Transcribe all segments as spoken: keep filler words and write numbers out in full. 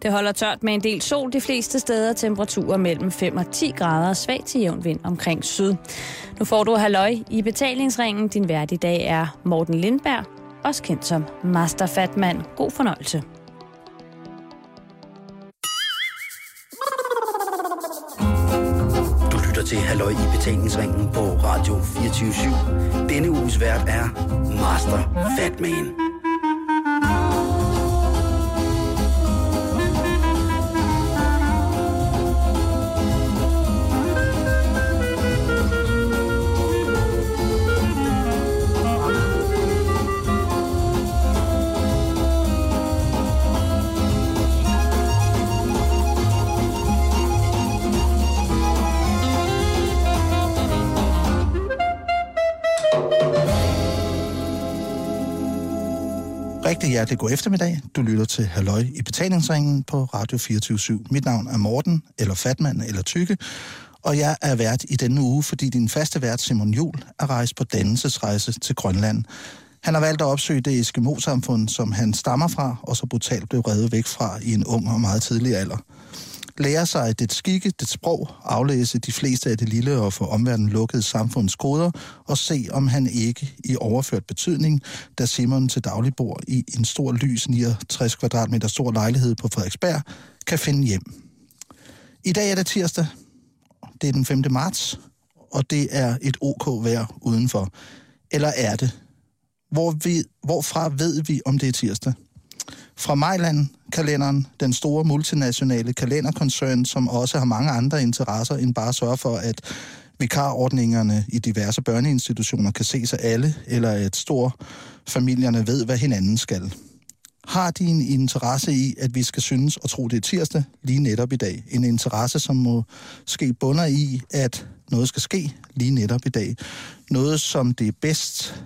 Det holder tørt med en del sol de fleste steder. Temperaturer mellem fem og ti grader, svag til jævn vind omkring syd. Nu får du halløj i betalingsringen. Din vært i dag er Morten Lindberg, også kendt som Master Fatman. God fornøjelse. Til halløj i betalingsringen på Radio fireogtyve syv. Denne uges vært er Master Fatman. Rigtig hjertelig god eftermiddag. Du lytter til halløj i betalingsringen på Radio fireogtyve syv. Mit navn er Morten, eller Fatman, eller Tykke, og jeg er vært i denne uge, fordi din faste vært Simon Juhl er rejst på dannelsesrejse til Grønland. Han har valgt at opsøge det Eskimo-samfund, som han stammer fra, og så brutalt blev revet væk fra i en ung og meget tidlig alder. Lære sig det skikke, det sprog, aflæse de fleste af det lille og for omverdenen lukkede samfunds koder, og se, om han ikke i overført betydning, da Simon til daglig bor i en stor lys niogtres kvadratmeter stor lejlighed på Frederiksberg, kan finde hjem. I dag er det tirsdag, det er den femte marts, og det er et ok vejr udenfor. Eller er det? Hvor vi, hvorfra ved vi, om det er tirsdag? Fra Mejland-kalenderen, den store multinationale kalenderkoncern, som også har mange andre interesser end bare at sørge for, at vikarordningerne i diverse børneinstitutioner kan ses af alle, eller at storfamilierne ved, hvad hinanden skal. Har de en interesse i, at vi skal synes og tro, det er tirsdag lige netop i dag? En interesse, som måske bunder i, at noget skal ske lige netop i dag. Noget, som det bedst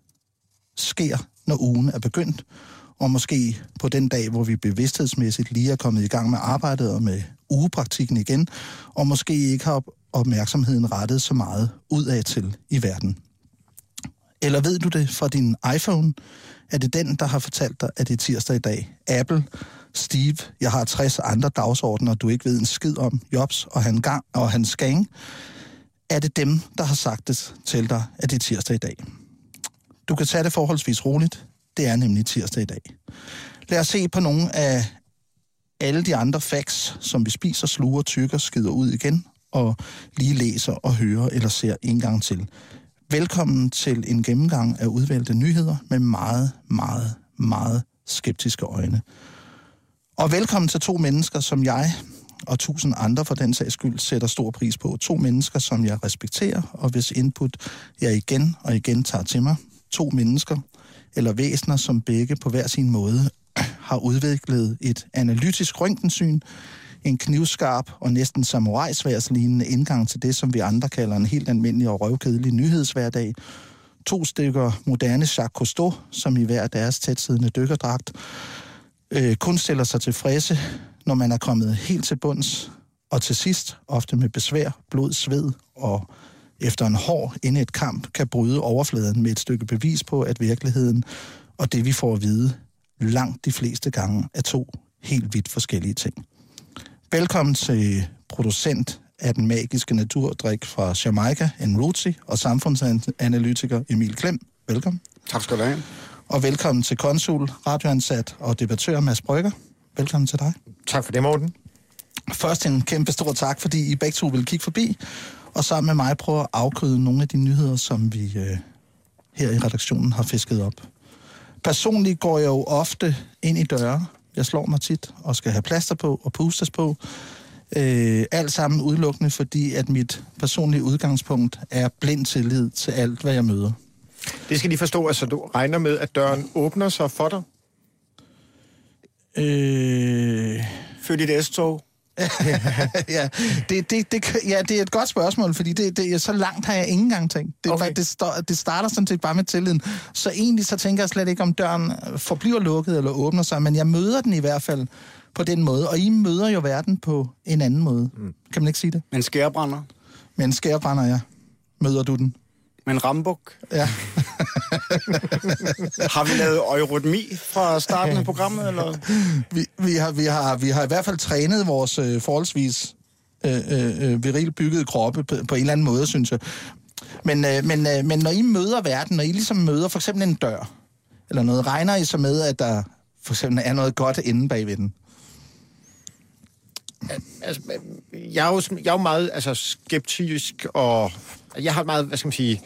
sker, når ugen er begyndt, og måske på den dag, hvor vi bevidsthedsmæssigt lige er kommet i gang med arbejdet og med ugepraktikken igen, og måske ikke har opmærksomheden rettet så meget udad til i verden. Eller ved du det fra din iPhone? Er det den, der har fortalt dig, at det er tirsdag i dag? Apple, Steve, jeg har tres andre dagsordner, du ikke ved en skid om, Jobs og, han gang, og hans gang. Er det dem, der har sagt det til dig, at det er tirsdag i dag? Du kan tage det forholdsvis roligt. Det er nemlig tirsdag i dag. Lad os se på nogle af alle de andre facts, som vi spiser, sluger, tykker, skider ud igen, og lige læser og hører eller ser en gang til. Velkommen til en gennemgang af udvalgte nyheder med meget, meget, meget skeptiske øjne. Og velkommen til to mennesker, som jeg og tusind andre for den sags skyld sætter stor pris på. To mennesker, som jeg respekterer, og hvis input jeg igen og igen tager til mig. To mennesker, eller væsener, som begge på hver sin måde har udviklet et analytisk røntgensyn, en knivskarp og næsten samurajsværslignende indgang til det, som vi andre kalder en helt almindelig og røvkedelig nyhedshverdag. To stykker moderne Jacques Cousteau, som i hver deres tætsiddende dykkerdragt øh, kun stiller sig tilfredse, når man er kommet helt til bunds, og til sidst, ofte med besvær, blod, sved og efter en hård inde et kamp, kan bryde overfladen med et stykke bevis på, at virkeligheden og det, vi får at vide, langt de fleste gange er to helt vidt forskellige ting. Velkommen til producent af den magiske naturdrik fra Jamaica, Enruti, og samfundsanalytiker Emil Klem. Velkommen. Tak skal du have. Og velkommen til konsul, radioansat og debattør Mads Brygger. Velkommen til dig. Tak for det, Morten. Først en kæmpe stor tak, fordi I begge to vil kigge forbi, og sammen med mig prøve at afkrydde nogle af de nyheder, som vi øh, her i redaktionen har fisket op. Personligt går jeg jo ofte ind i døre. Jeg slår mig tit og skal have plaster på og pustes på. Øh, alt sammen udelukkende, fordi at mit personlige udgangspunkt er blind tillid til alt, hvad jeg møder. Det skal de forstå, altså du regner med, at døren åbner sig for dig? Øh... Født i et S-tog? ja, det, det, det, ja, det er et godt spørgsmål, fordi det, det, så langt har jeg ikke engang tænkt. Det, okay. det, stå, det starter sådan set bare med tilliden. Så egentlig så tænker jeg slet ikke, om døren forbliver lukket eller åbner sig, men jeg møder den i hvert fald på den måde, og I møder jo verden på en anden måde. Mm. Kan man ikke sige det? Men skærebrænder? Men skærebrænder, ja. Møder du den? Men Rambuk? Ja. Har vi lavet eurytmi fra starten af programmet, eller? Vi, vi, har, vi, har, vi har i hvert fald trænet vores øh, forholdsvis øh, øh, virilt byggede kroppe på, på en eller anden måde, synes jeg. Men, øh, men, øh, men når I møder verden, når I ligesom møder for eksempel en dør, eller noget, regner I så med, at der for eksempel er noget godt inde bagved den? Altså, jeg er jo, jeg er jo meget altså, skeptisk, og jeg har et meget, hvad skal man sige,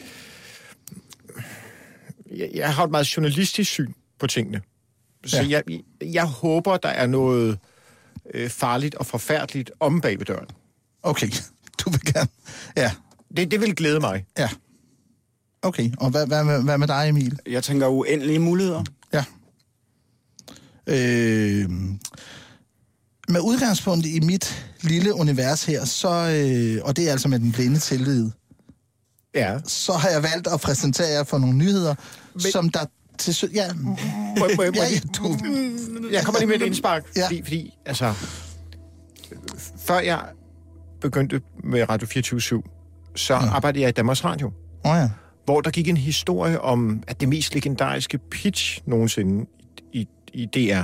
jeg, jeg har et meget journalistisk syn på tingene. Så ja. jeg, jeg håber, der er noget øh, farligt og forfærdeligt om bag ved døren. Okay, du vil gerne. Ja. Det, det vil glæde mig. Ja. Okay, og hvad, hvad, hvad, hvad med dig, Emil? Jeg tænker uendelige muligheder. Ja. Øh, med udgangspunkt i mit lille univers her, så, øh, og det er altså med den blinde tillid, ja. Så har jeg valgt at præsentere jer for nogle nyheder, Men... som der til sø... Ja, må, må, må, ja, ja, du... Jeg kommer lige med et indspark, ja. fordi, fordi, altså, før jeg begyndte med Radio fireogtyve syv, så ja. arbejdede jeg i Danmarks Radio. Oh, ja. Hvor der gik en historie om, at det mest legendariske pitch nogensinde i, i D R,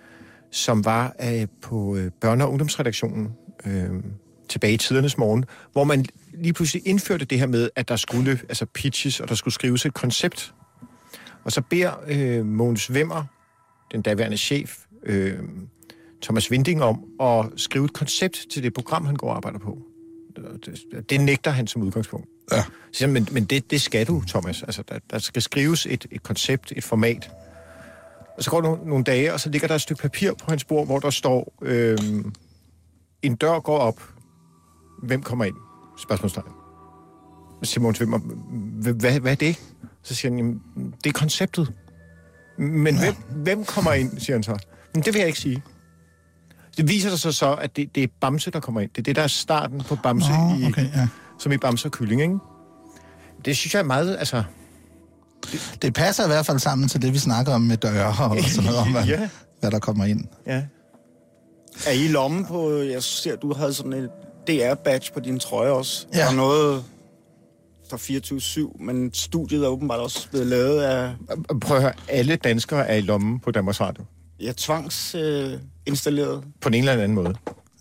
som var øh, på øh, børne- og ungdomsredaktionen øh, tilbage i tidernes morgen, hvor man lige pludselig indførte det her med, at der skulle altså pitches, og der skulle skrives et koncept. Og så beder øh, Mogens Wimmer, den daværende chef, øh, Thomas Winding, om at skrive et koncept til det program, han går og arbejder på. Det, det nægter han som udgangspunkt. Ja. Så, men men det, det skal du, Thomas. Altså, der, der skal skrives et, et koncept, et format. Og så går der nogle, nogle dage, og så ligger der et stykke papir på hans bord, hvor der står, øh, en dør går op. Hvem kommer ind? Spørgsmålstegn. Så siger Mogens Wimmer, hvad, hvad er det? Så siger han, jamen, det er konceptet. Men hvem, hvem kommer ind, siger han så. Men det vil jeg ikke sige. Det viser sig så, at det, det er Bamse, der kommer ind. Det er det, der er starten på Bamse, oh, i, okay, ja. som i Bamse og Kylling, ikke? Det synes jeg er meget, altså... Det, det passer i hvert fald sammen til det, vi snakker om med døre og sådan noget, om hvad, ja. hvad der kommer ind. Ja. Er I lommen på... Jeg ser, du havde sådan et D R-badge på din trøje også. Ja. Der er noget fra fireogtyve syv, men studiet er åbenbart også blevet lavet af... Prøv at høre, alle danskere er i lommen på Danmarks Radio. Ja, tvangsinstalleret. Øh, på en eller anden måde.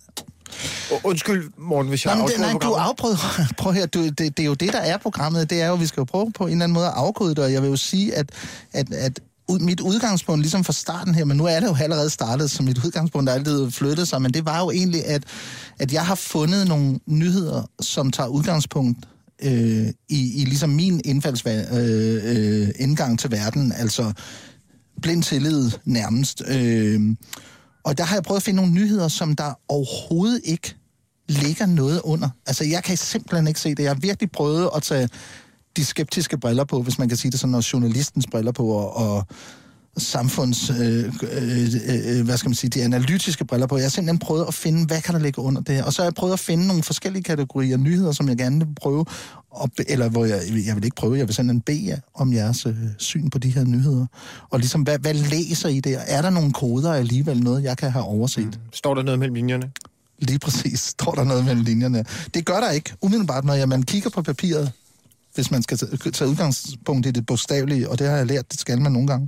Undskyld, Morten, hvis jeg nej, afbryder nej, du afbryder. Prøv her, du, det, det er jo det, der er programmet. Det er jo, vi skal jo prøve på en eller anden måde at afkode det, og jeg vil jo sige, at, at, at ud, mit udgangspunkt, ligesom fra starten her, men nu er det jo allerede startet, så mit udgangspunkt er altid flyttet sig, men det var jo egentlig, at, at jeg har fundet nogle nyheder, som tager udgangspunkt øh, i, i ligesom min indfaldsva- øh, øh, indgang til verden, altså blind tillid nærmest. Øh, og der har jeg prøvet at finde nogle nyheder, som der overhovedet ikke ligger noget under. Altså, jeg kan simpelthen ikke se det. Jeg har virkelig prøvet at tage de skeptiske briller på, hvis man kan sige det sådan, og journalistens briller på, og, og samfunds, øh, øh, øh, hvad skal man sige, de analytiske briller på. Jeg har simpelthen prøvet at finde, hvad kan der ligge under det her. Og så har jeg prøvet at finde nogle forskellige kategorier nyheder, som jeg gerne vil prøve, at, eller hvor jeg, jeg vil ikke prøve, jeg vil simpelthen bede jer om jeres øh, syn på de her nyheder. Og ligesom, hvad, hvad læser I der? Er der nogle koder alligevel, noget jeg kan have overset? Mm. Står der noget mellem linjerne? Lige præcis. Står der noget mellem linjerne? Det gør der ikke. Umiddelbart, når jeg, man kigger på papiret, hvis man skal tage udgangspunkt i det bogstavelige, og det har jeg lært, det skal man nogle gange.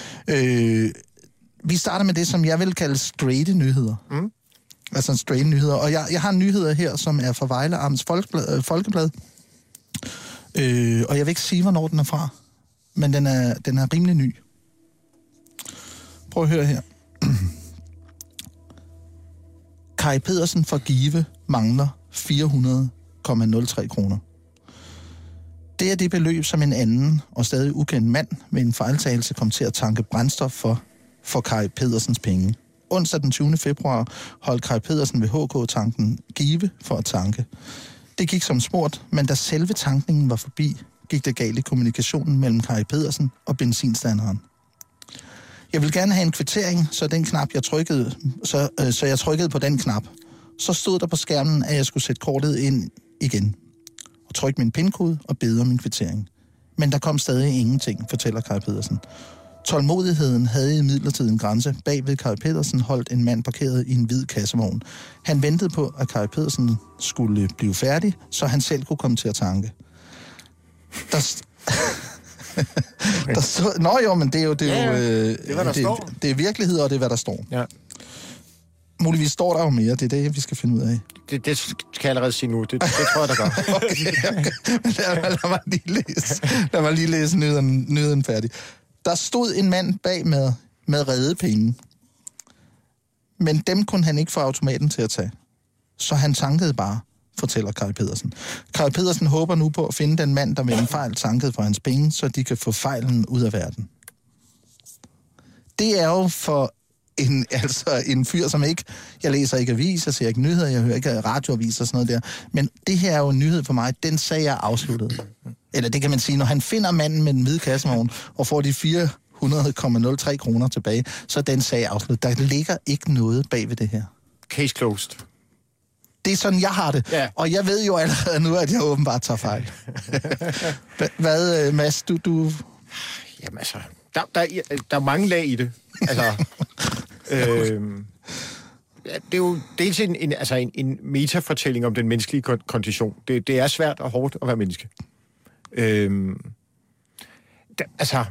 Øh, vi starter med det, som jeg vil kalde straighte nyheder. Mm. Altså straight nyheder. Og jeg, jeg har nyheder her, som er fra Vejle Amts Folkeblad. Øh, Folkeblad. Øh, og jeg vil ikke sige, hvornår den er fra, men den er, den er rimelig ny. Prøv at høre her. Kai Pedersen fra Give mangler fire hundrede komma nul tre kroner. Det er det beløb, som en anden og stadig ukendt mand med en fejltagelse kom til at tanke brændstof for, for Kai Pedersens penge. Onsdag den tyvende februar holdt Kai Pedersen ved H K-tanken Give for at tanke. Det gik som smurt, men da selve tankningen var forbi, gik det galt i kommunikationen mellem Kai Pedersen og benzinstanderen. Jeg vil gerne have en kvittering, så den knap, jeg trykkede, så, øh, så jeg trykkede på den knap. Så stod der på skærmen, at jeg skulle sætte kortet ind igen og trykke min pindkode og bede om min kvittering. Men der kom stadig ingenting, fortæller Kai Pedersen. Tålmodigheden havde imidlertid en grænse. Bag ved Kai Pedersen holdt en mand parkeret i en hvid kassevogn. Han ventede på, at Kai Pedersen skulle blive færdig, så han selv kunne komme til at tanke. Der, der stod, nå jo, men det er jo... Det er, ja, jo, øh, det er, hvad der det, står. Det er virkelighed, og det er, hvad der står. Ja. Muligvis står der jo mere. Det er det, vi skal finde ud af. Det, det skal jeg allerede sige nu. Det, det tror jeg, der gør. Okay, okay. Lad, lad mig lige læse, lad mig lige læse nyheden, nyheden færdig. Der stod en mand bag med, med redepenge. Men dem kunne han ikke få automaten til at tage. Så han tankede bare, fortæller Kai Pedersen. Kai Pedersen håber nu på at finde den mand, der med en fejl tankede for hans penge, så de kan få fejlen ud af verden. Det er jo for en, altså en fyr, som ikke... Jeg læser ikke aviser, jeg ser ikke nyheder, jeg hører ikke radioaviser og sådan noget der. Men det her er jo en nyhed for mig. Den sag er afsluttet. Eller det kan man sige, når han finder manden med den hvide kassevogn og får de fire hundrede komma nul tre kroner tilbage, så er den sag afsluttet. Der ligger ikke noget bag ved det her. Case closed. Det er sådan, jeg har det. Ja. Og jeg ved jo allerede nu, at jeg åbenbart tager fejl. Hvad, Mads, du... du... Jamen altså, der, der, der er mange lag i det. Altså, øh, det er jo dels en, en, altså en, en metafortælling om den menneskelige kondition. Det, det er svært og hårdt at være menneske. Øh, der, altså...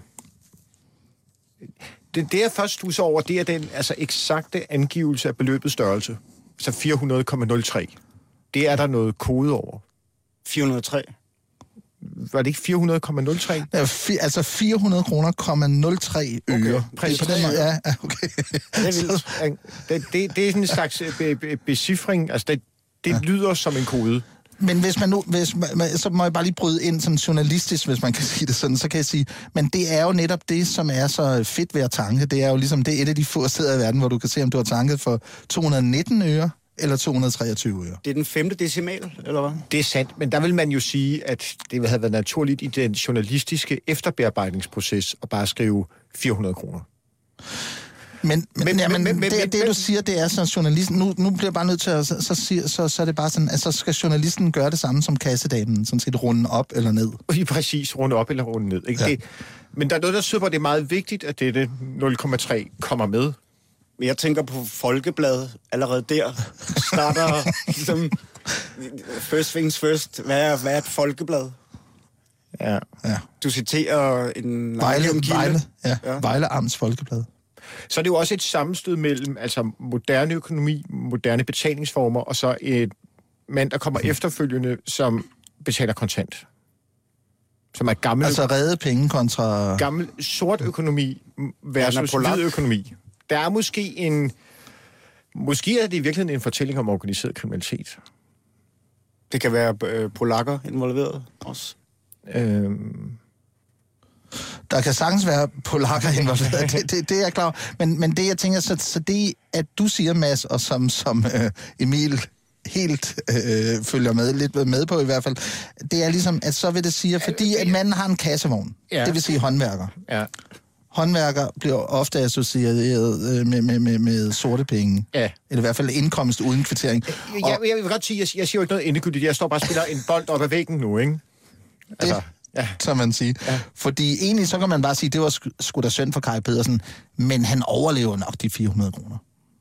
Det, det jeg først stusser over, det er den altså, eksakte angivelse af beløbets størrelse. Så fire hundrede komma nul tre. Det er der noget kode over. fire hundrede og tre. Var det ikke fire hundrede komma nul tre? Ja, fi, altså fire hundrede kroner komma nul tre øre. Okay, præcis. Det er, måde, ja, okay. Det er vildt. Det, det, det er sådan en slags be, be, becifring. Altså, det, det ja. lyder som en kode. Men hvis man nu, hvis man, så må jeg bare lige bryde ind sådan journalistisk, hvis man kan sige det sådan, så kan jeg sige, men det er jo netop det, som er så fedt ved at tanke. Det er jo ligesom, det er et af de få steder i verden, hvor du kan se, om du har tanket for to hundrede og nitten øre eller to hundrede og treogtyve øre. Det er den femte decimal, eller hvad? Det er sandt, men der vil man jo sige, at det havde været naturligt i den journalistiske efterbearbejdningsproces at bare skrive fire hundrede kroner. Men, men, men, ja, men, men det, men, det, du siger, det er så journalisten... Nu, nu bliver jeg bare nødt til at... Så, så, så, så er det bare sådan, at så skal journalisten gøre det samme som kassedamen, sådan set runde op eller ned. I præcis, runde op eller runde ned. Ikke? Ja. Det, men der er noget, der syder på, det er meget vigtigt, at dette nul komma tre kommer med. Jeg tænker på Folkebladet. Allerede der starter ligesom... First things first. Hvad er, hvad er et folkeblad? Ja. ja. Du citerer en... Vejle, Vejle, ja. ja. Vejle Amts Folkeblad. Så er det jo også et sammenstød mellem altså moderne økonomi, moderne betalingsformer, og så et mand, der kommer efterfølgende, som betaler kontant. Som er gammel... Altså redde penge kontra... Gammel sort økonomi versus hvid økonomi. Der er måske en... Måske er det i virkeligheden en fortælling om organiseret kriminalitet. Det kan være øh, polakker involveret også. Øhm... Der kan sagtens være polakker involveret, det, det, det er jeg klar over. Men, men det, jeg tænker, så, så det, at du siger, Mads, og som, som øh, Emil helt øh, følger med, lidt med på i hvert fald, det er ligesom, at så vil det sige, fordi at manden har en kassevogn, ja. Det vil sige håndværker. Ja. Håndværker bliver ofte associeret med, med, med, med sorte penge. Ja. Eller i hvert fald indkomst uden kvittering. Jeg, jeg, jeg vil godt sige, jeg, jeg siger jo ikke noget endegyldigt. Jeg står bare og spiller en bold op ad væggen nu, ikke? Altså... Det. Ja. Så man siger. Ja. Fordi egentlig så kan man bare sige, det var sgu, sgu da synd for Kai Pedersen, men han overlever nok de fire hundrede kroner.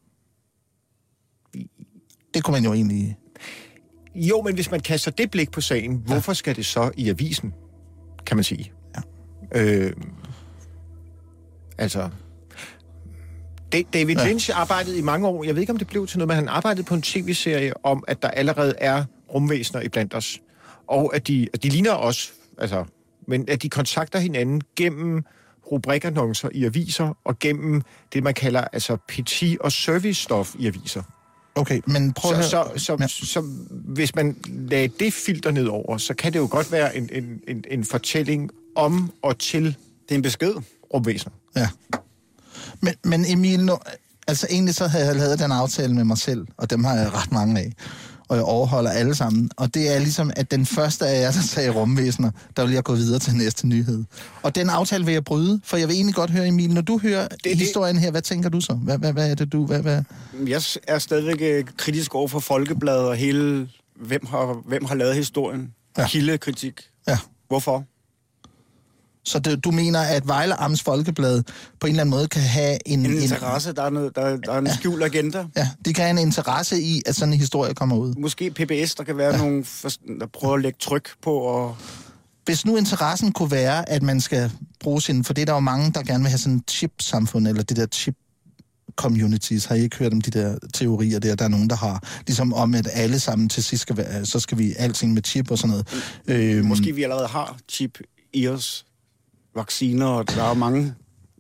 Det kunne man jo egentlig... Jo, men hvis man kaster det blik på sagen, ja. Hvorfor skal det så i avisen, kan man sige? Ja. Øh, altså... David Lynch ja. arbejdede i mange år, jeg ved ikke, om det blev til noget, men han arbejdede på en tv-serie om, at der allerede er rumvæsener iblandt os. Og at de, at de ligner os... Altså, men at de kontakter hinanden gennem rubrikannoncer i aviser og gennem det, man kalder altså petit- og servicestof i aviser. Okay, men prøv at så, så, så, ja. så, så hvis man lader det filter ned over, så kan det jo godt være en, en, en, en fortælling om og til... Det er en besked. Rumvæsener. Ja. Men, men Emil, nu, altså egentlig så havde jeg lavet den aftale med mig selv, og dem har jeg ret mange af. Og jeg overholder alle sammen. Og det er ligesom, at den første af jer, der sagde rumvæsener, der vil jeg gå videre til næste nyhed. Og den aftale vil jeg bryde, for jeg vil egentlig godt høre, Emil, når du hører det, historien her, hvad tænker du så? Hvad, hvad, hvad er det, du... Hvad, hvad? Jeg er stadigvæk kritisk over for Folkebladet og hele, hvem har, hvem har lavet historien. Ja. Kildekritik. Ja. Hvorfor? Så det, du mener, at Vejle Amts Folkeblad på en eller anden måde kan have en... En interesse, en, der er, noget, der, der er en ja, skjult agenda. Ja, de kan have en interesse i, at sådan en historie kommer ud. Måske P B S, der kan være ja. nogle, der prøver at lægge tryk på og Hvis nu interessen kunne være, at man skal bruge sin... For det er der jo mange, der gerne vil have sådan en chip-samfund, eller det der chip-communities. Har I ikke hørt om de der teorier der? Der er nogen, der har ligesom om, at alle sammen til sidst skal være... Så skal vi alting med chip og sådan noget. Mm. Øhm, Måske vi allerede har chip i os. Vacciner, og der er jo mange...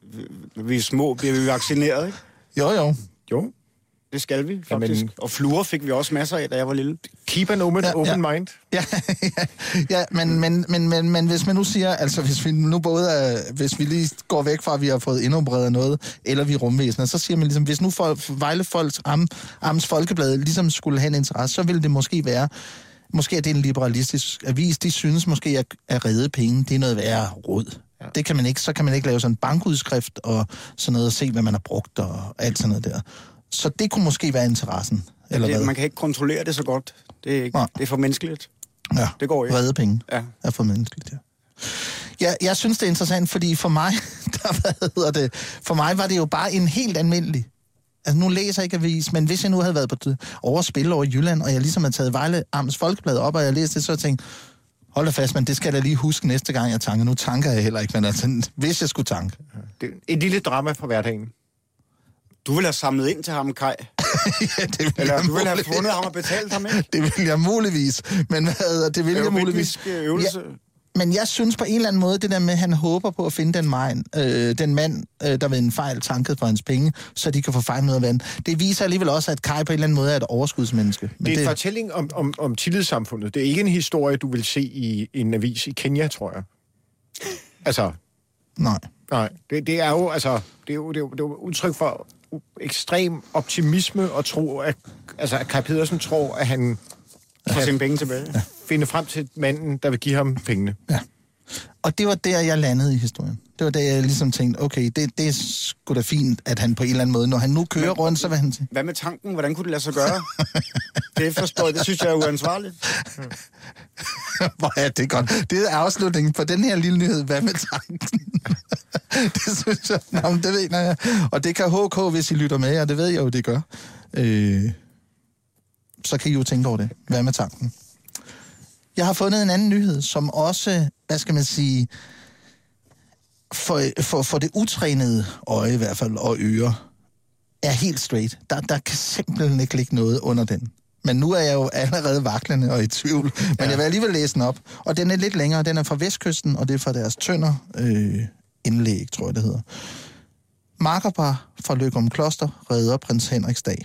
Vi er små, bliver vi vaccineret, ikke? Jo, jo. Jo. Det skal vi, faktisk. Jamen, og fluer fik vi også masser af, da jeg var lille. Keep an open, ja, open ja. mind. Ja, ja, ja men, men, men, men, men hvis man nu siger, altså hvis vi nu både er, hvis vi lige går væk fra, at vi har fået indopereret noget, eller vi er rumvæsener, så siger man ligesom, hvis nu for, Vejle Folks Am, Amts Folkeblad ligesom skulle have en interesse, så ville det måske være, måske er det en liberalistisk avis, de synes måske at, at redde penge, det er noget værre råd. Ja. Det kan man ikke, så kan man ikke lave sådan en bankudskrift og sådan noget og se, hvad man har brugt og alt sådan noget der. Så det kunne måske være interessen, eller det, hvad? Man kan ikke kontrollere det så godt. Det er, ikke, det er for menneskeligt. Ja, det går ikke. Redde penge ja. er for menneskeligt, ja. Ja, jeg synes, det er interessant, fordi for mig, der, hvad hedder det, for mig var det jo bare en helt almindelig. Altså, nu læser jeg ikke avis, men hvis jeg nu havde været på overspil over i Jylland, og jeg ligesom havde taget Vejle Amts Folkeblad op, og jeg læste det, så jeg tænkte, hold da fast, men det skal jeg da lige huske næste gang, jeg tanker. Nu tanker jeg heller ikke, men altså, hvis jeg skulle tanke. Det er et lille drama fra hverdagen. Du ville have samlet ind til ham, Kai. Ja, det vil Eller jeg du ville have fundet ham og betalt ham, ikke? Det vil jeg muligvis. Men hvad, det vil jeg muligvis. Øvelse. Ja, men jeg synes på en eller anden måde, det der med, at han håber på at finde den, mand, øh, den mand, øh, der ved en fejl tanket for hans penge, så de kan få fejl noget af vand. Det viser alligevel også, at Kai på en eller anden måde er et overskudsmenneske. Men det er det... en fortælling om, om, om tillidssamfundet. Det er ikke en historie, du vil se i en avis i Kenya, tror jeg. Altså... Nej. Nej, det, det er jo, altså, det er jo, det er jo, det er jo udtryk for ekstrem optimisme og tro, at, altså, at Kai Pedersen tror, at han får sine penge tilbage. Ja. Finde frem til manden, der vil give ham pengene. Ja. Og det var der, jeg landede i historien. Det var der, jeg ligesom tænkte, okay, det, det er sgu da fint, at han på en eller anden måde, når han nu kører Men, rundt, så vil han sige... Hvad med tanken? Hvordan kunne det lade sig gøre? Det forstår jeg. Det synes jeg er uansvarligt. Hvor er det godt. Det er afslutningen på den her lille nyhed. Hvad med tanken? Det synes jeg... Nå, det ved jeg. Og det kan H K, hvis I lytter med, og det ved jeg jo, det gør. Øh, så kan I jo tænke over det. Hvad med tanken? Jeg har fundet en anden nyhed, som også, hvad skal man sige, for, for, for det utrænede øje i hvert fald, og ører, er helt straight. Der, der kan simpelthen ikke ligge noget under den. Men nu er jeg jo allerede vaklende og i tvivl. Men ja. Jeg vil alligevel læse den op. Og den er lidt længere. Den er fra Vestkysten, og det er fra deres Tønder øh, indlæg, tror jeg det hedder. Makkerpar fra Løgum Kloster redder prins Henriks dag.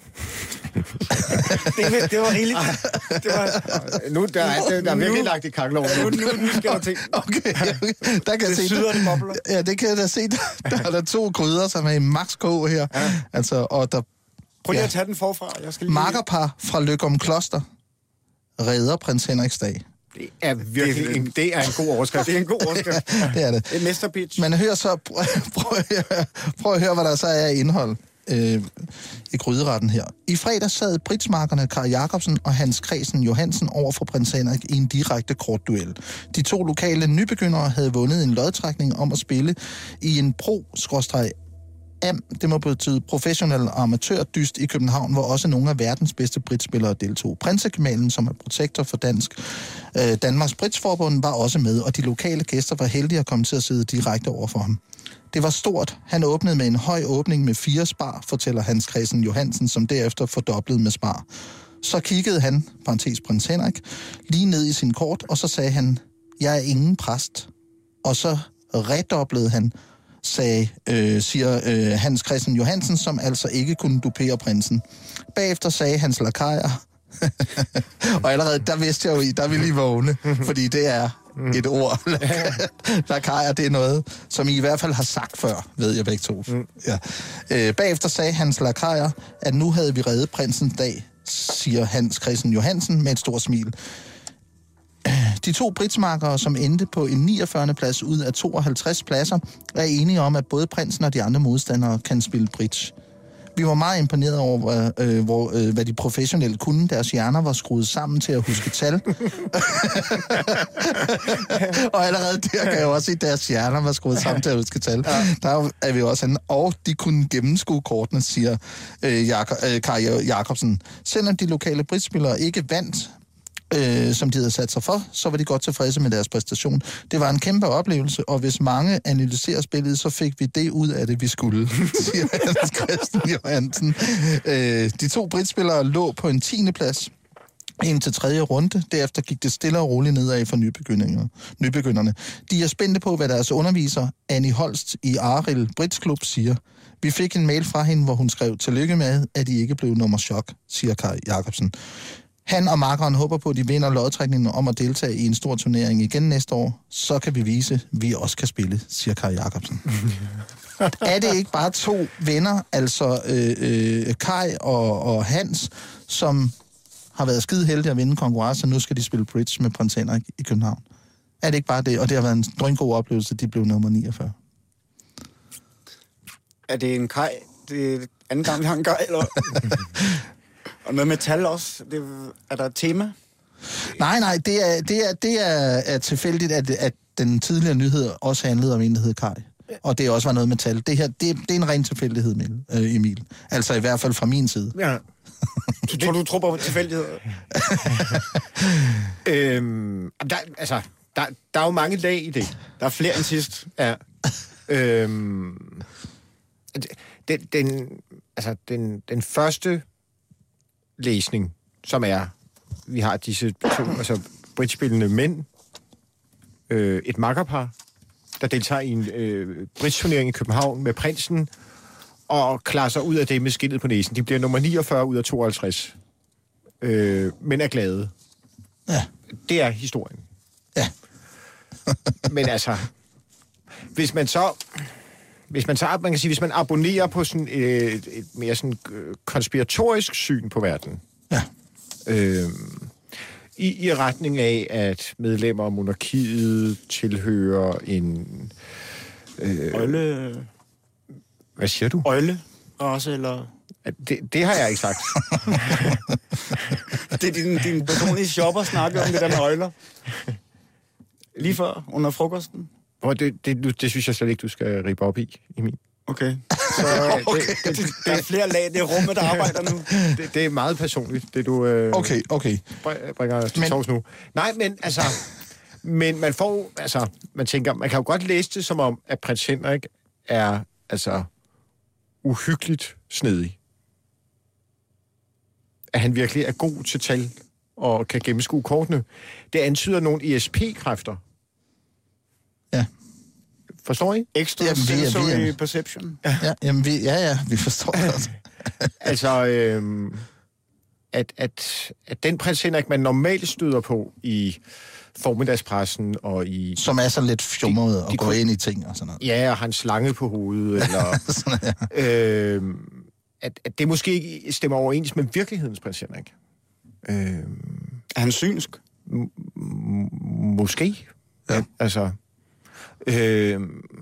det, det var rigeligt. Det var... Nu der er der, der er virkelig lagt i kakkeloven. Nu, nu, nu skal jeg tænke. Okay, okay. Der kan det se, syder, det bobler. Ja, det kan jeg da se. Der, der er der to gryder, som er i max K her. Ja. Altså, og der... Prøv lige ja. at tage den forfra. Jeg skal lige... Makkerpar fra Løgum Kloster redder prins Henriks dag. Det er virkelig det, en, det er en god overskrift. Det er en god overskrift. Ja, det er det. En mesterpitch. Men hør så, prøv, prøv, at høre, prøv at høre, hvad der så er i indhold øh, i gryderetten her. I fredag sad britsmarkerne Karl Jacobsen og Hans Kresen Johansen over for prins Henrik i en direkte kortduel. De to lokale nybegyndere havde vundet en lodtrækning om at spille i en pro-am, det må betyde professionel amatørdyst i København, hvor også nogle af verdens bedste bridgespillere deltog. Prinsegemalen, som er protektor for Dansk, øh, Danmarks Bridgeforbund, var også med, og de lokale gæster var heldige at komme til at sidde direkte over for ham. Det var stort. Han åbnede med en høj åbning med fire spar, fortæller Hans Kresen Johansen, som derefter fordoblede med spar. Så kiggede han, parentes prins Henrik, lige ned i sin kort, og så sagde han, jeg er ingen præst. Og så redoblede han, sagde, øh, siger øh, Hans Kresen Johansen, som altså ikke kunne dupere prinsen. Bagefter sagde hans lakajer, og allerede, der vidste jeg jo, der ville I vågne, fordi det er et ord. Lakajer, det er noget, som I i hvert fald har sagt før, ved jeg begge to. Ja. Øh, bagefter sagde hans lakajer, at nu havde vi reddet prinsens dag, siger Hans Kresen Johansen med et stort smil. De to britsmarkere, som endte på en niogfyrrende plads ud af tooghalvtreds pladser, er enige om, at både prinsen og de andre modstandere kan spille bridge. Vi var meget imponeret over, øh, hvor, øh, hvad de professionelle kunne. Deres hjerner var skruet sammen til at huske tal. Og allerede der kan jeg også se, at deres hjerner var skruet sammen til at huske tal. Ja. Der er vi også henne. Og de kunne gennemskue kortene, siger øh, Jakob, øh, Karl Jacobsen. Selvom de lokale bridgespillere ikke vandt, øh, som de havde sat sig for, så var de godt tilfredse med deres præstation. Det var en kæmpe oplevelse, og hvis mange analyserer spillet, så fik vi det ud af det, vi skulle, siger Hans Christian Johansen. Øh, de to bridgespillere lå på en tiende plads ind til tredje runde. Derefter gik det stille og roligt nedad for nybegynderne. De er spændte på, hvad deres underviser, Annie Holst i Arild Bridge Club, siger. Vi fik en mail fra hende, hvor hun skrev, tillykke med, at I ikke blev nummer chok, siger Kai Jacobsen. Han og makkeren håber på, at de vinder lodtrækningen om at deltage i en stor turnering igen næste år. Så kan vi vise, at vi også kan spille, siger Kai Jacobsen. Er det ikke bare to venner, altså øh, øh, Kai og, og Hans, som har været skide heldige at vinde konkurrence, og nu skal de spille bridge med Prins Henrik i København? Er det ikke bare det? Og det har været en drøngod oplevelse, at de blev nummer niogfyrre. Er det en Kai? Det er anden gang, vi har en Kai, eller? Og noget metal også. Det, er der et tema? Nej, nej, det er, det er, det er, er tilfældigt, at, at den tidligere nyhed også handlede om en, der hed Kai. Og det også var noget metal. Det her, det, det er en ren tilfældighed, Emil. Altså i hvert fald fra min side. Ja. Du tror, du tror på tilfældigheder? øhm, der, altså, der, der er jo mange lag i det. Der er flere end sidst. Ja. øhm, den, den, altså, den, den første læsning, som er, vi har disse to, altså bridgespillende mænd, øh, et makkerpar, der deltager i en øh, bridge-turnering i København med prinsen, og klarer sig ud af det med skillet på næsen. De bliver nummer niogfyrre ud af tooghalvtreds. Øh, men er glade. Ja. Det er historien. Ja. Men altså, hvis man så... Hvis man så, man kan sige, hvis man abonnerer på sådan et, et mere sådan konspiratorisk syn på verden, ja. øh, i, i retning af, at medlemmer af monarkiet tilhører en... Øh, Øjle... Hvad siger du? Øjle også, eller... Det, det har jeg ikke sagt. Det er din, din personlige shopper snakker om det der med øjler. Lige før, under frokosten. Og det, det, det synes jeg slet ikke, du skal rippe op i, Emil. Okay. Så okay. Det, det, det er flere lag, det er rummet, der arbejder nu. Det, det er meget personligt, det du øh, okay, okay. bringer til sovs nu. Nej, men altså... Men man får... Altså, man tænker... Man kan jo godt læse det som om, at prins Henrik er altså uhyggeligt snedig. At han virkelig er god til tal og kan gennemskue kortene. Det antyder nogle E S P-kræfter. Ja. Forstår I? Extra jamen, sensory vi er, vi er. perception. Ja, ja, jamen, vi, ja, ja, vi forstår det. altså, øh, at, at, at den prins Henrik, man normalt støder på i formiddagspressen og i... Som er så lidt fjumret og går ind i ting og sådan noget. Ja, og har en slange på hovedet, eller... sådan, ja. øh, at, at det måske ikke stemmer overens med virkelighedens prins Henrik. Øh, er han synsk? M- måske. Ja. Ja, altså... Øh,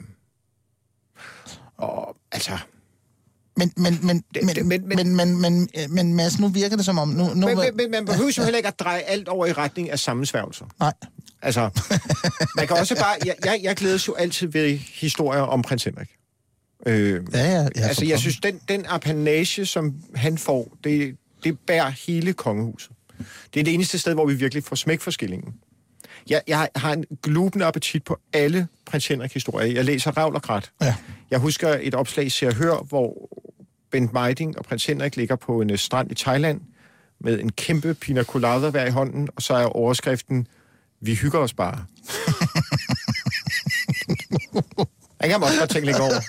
og altså... Men, men, men, det, men, det, men, men, men, men, men Mads, nu virker det som om... Nu, nu men, men, men man behøver jo heller ikke at dreje alt over i retning af sammensværgelser. Nej. Altså, man kan også bare... Jeg, jeg, jeg glædes jo altid ved historier om prins Henrik. Øh, ja, ja, ja, altså, jeg synes, den, den apanage, som han får, det, det bærer hele kongehuset. Det er det eneste sted, hvor vi virkelig får smæk for skillingen. Jeg, jeg har en glubende appetit på alle prins Henrik-historier. Jeg læser Ravl og Krat. Ja. Jeg husker et opslag i Se og Hør, hvor Bent Mejding og prins Henrik ligger på en strand i Thailand med en kæmpe pina colada hver i hånden, og så er overskriften, vi hygger os bare. Jeg kan også godt tænke lidt over.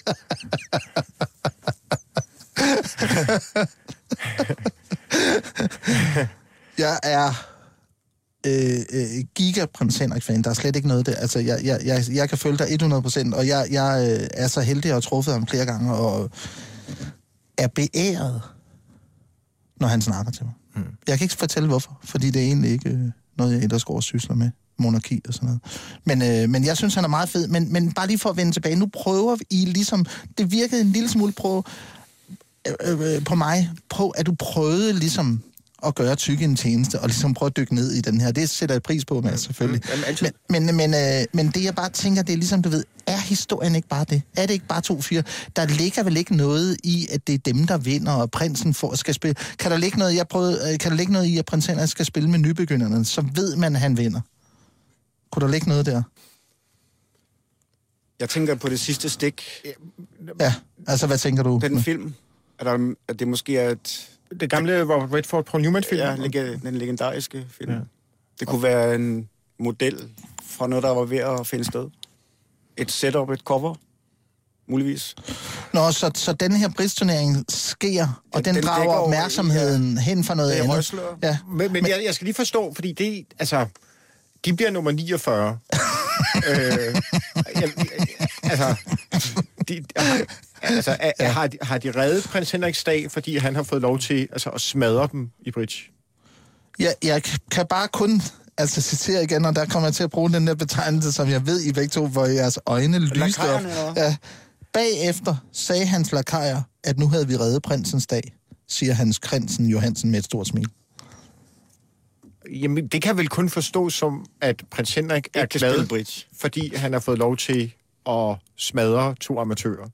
Jeg er øh, øh, giga-prins Henrik-fan. Der er slet ikke noget der. Altså, jeg, jeg, jeg, jeg kan følge dig hundrede procent, og jeg, jeg øh, er så heldig at have truffet ham flere gange, og er beæret, når han snakker til mig. Mm. Jeg kan ikke fortælle, hvorfor, fordi det er egentlig ikke øh, noget, jeg ellers går og sysler med. Monarki og sådan noget. Men, øh, men jeg synes, han er meget fed. Men, men bare lige for at vende tilbage, nu prøver I ligesom... Det virkede en lille smule på, øh, øh, på mig, på at du prøvede ligesom at gøre Tykke en tjeneste, og ligesom prøve at dykke ned i den her. Det sætter jeg pris på, Mads, selvfølgelig. Mm, men, men, men, øh, men det, jeg bare tænker, det er ligesom, du ved, er historien ikke bare det? Er det ikke bare to fire? Der ligger vel ikke noget i, at det er dem, der vinder, og prinsen får, skal spille. Kan der ligge noget, jeg prøvede, kan der ligge noget i, at prins Henrik skal spille med nybegynderne, så ved man, at han vinder? Kunne der ligge noget der? Jeg tænker på det sidste stik. Ja, altså hvad tænker du? Den film, at, der, at det måske er et... Det gamle Robert Redford, Paul Newman-film? Ja, den legendariske film. Ja. Det kunne være en model fra noget, der var ved at finde sted. Et setup, et cover, muligvis. Nå, så, så den her pristurnering sker, og den, den drager opmærksomheden ja. hen for noget andet. Ja. Men, men, men jeg, jeg skal lige forstå, fordi det, altså, de bliver nummer niogfyrre. øh, jeg, altså, de, altså er, ja. har, de, har de reddet prins Henriks dag, fordi han har fået lov til altså, at smadre dem i bridge? Ja, jeg kan bare kun altså citere igen, og der kommer jeg til at bruge den der betegnelse, som jeg ved I begge to, hvor jeres øjne lyste op. Ja. Bagefter sagde hans lakajer, at nu havde vi reddet prinsens dag, siger Hans Krensen Johansen med et stort smil. Jamen, det kan vel kun forstås som, at prins Henrik er glad, fordi han har fået lov til at smadre to amatører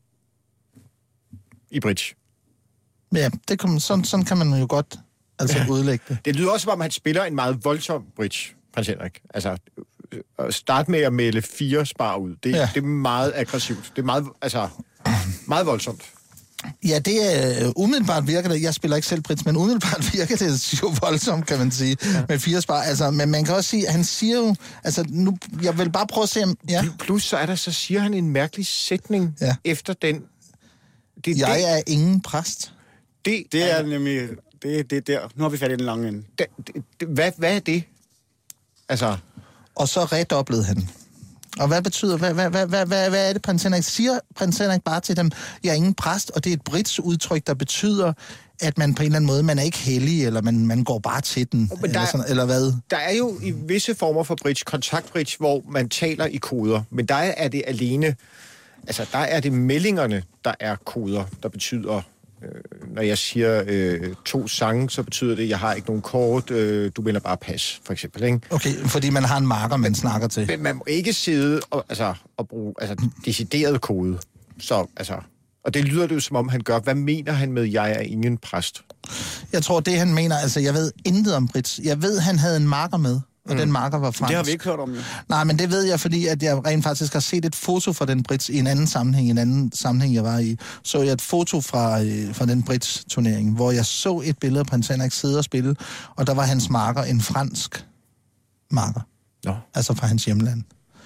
i bridge. Ja, det kan, sådan, sådan kan man jo godt altså ja. udlægge det. Det lyder også som om, han spiller en meget voldsom bridge, prins Henrik. Altså, at starte med at melde fire spar ud, det, ja. det er meget aggressivt. Det er meget, altså, meget voldsomt. Ja, det er uh, umiddelbart virker det. Jeg spiller ikke selv bridge, men umiddelbart virker det jo voldsomt, kan man sige, ja. med fire spar. Altså, men man kan også sige, han siger jo, altså nu, jeg vil bare prøve at se, om... Ja. Plus så er der, så siger han en mærkelig sætning ja. efter den... Det, jeg det, er ingen præst. Det, det er nemlig... Det, det er der. Nu har vi fat i den lange ende. Det, det, hvad, hvad er det? Altså... Og så redoblede han. Og hvad betyder, hvad, hvad, hvad, hvad, hvad, hvad er det, prins Henrik siger? Prins Henrik bare til dem, jeg er ingen præst, og det er et brits udtryk, der betyder, at man på en eller anden måde, man er ikke hellig, eller man, man går bare til den, eller, der, sådan, eller hvad? Der er jo i visse former for bridge, kontaktbridge, hvor man taler i koder, men der er det alene, altså der er det meldingerne, der er koder, der betyder... Når jeg siger øh, to sange, så betyder det, at jeg har ikke nogen kort, øh, du melder bare pas, for eksempel, ikke? Okay, fordi man har en marker, man snakker til. Men man må ikke sidde og, altså, og bruge altså, decideret kode. Så, altså, og det lyder det jo, som om han gør. Hvad mener han med, jeg er ingen præst? Jeg tror, det han mener, altså, jeg ved intet om Brits. Jeg ved, han havde en marker med. Og mm. den marker var fransk. Det har vi ikke hørt om, jo. Nej, men det ved jeg, fordi at jeg rent faktisk har set et foto fra den Brits i en anden sammenhæng, i en anden sammenhæng, jeg var i. Så jeg et foto fra, øh, fra den Brits-turnering, hvor jeg så et billede af prins Henrik sidde og spille, og der var hans marker en fransk marker. Ja. Altså fra hans hjemland.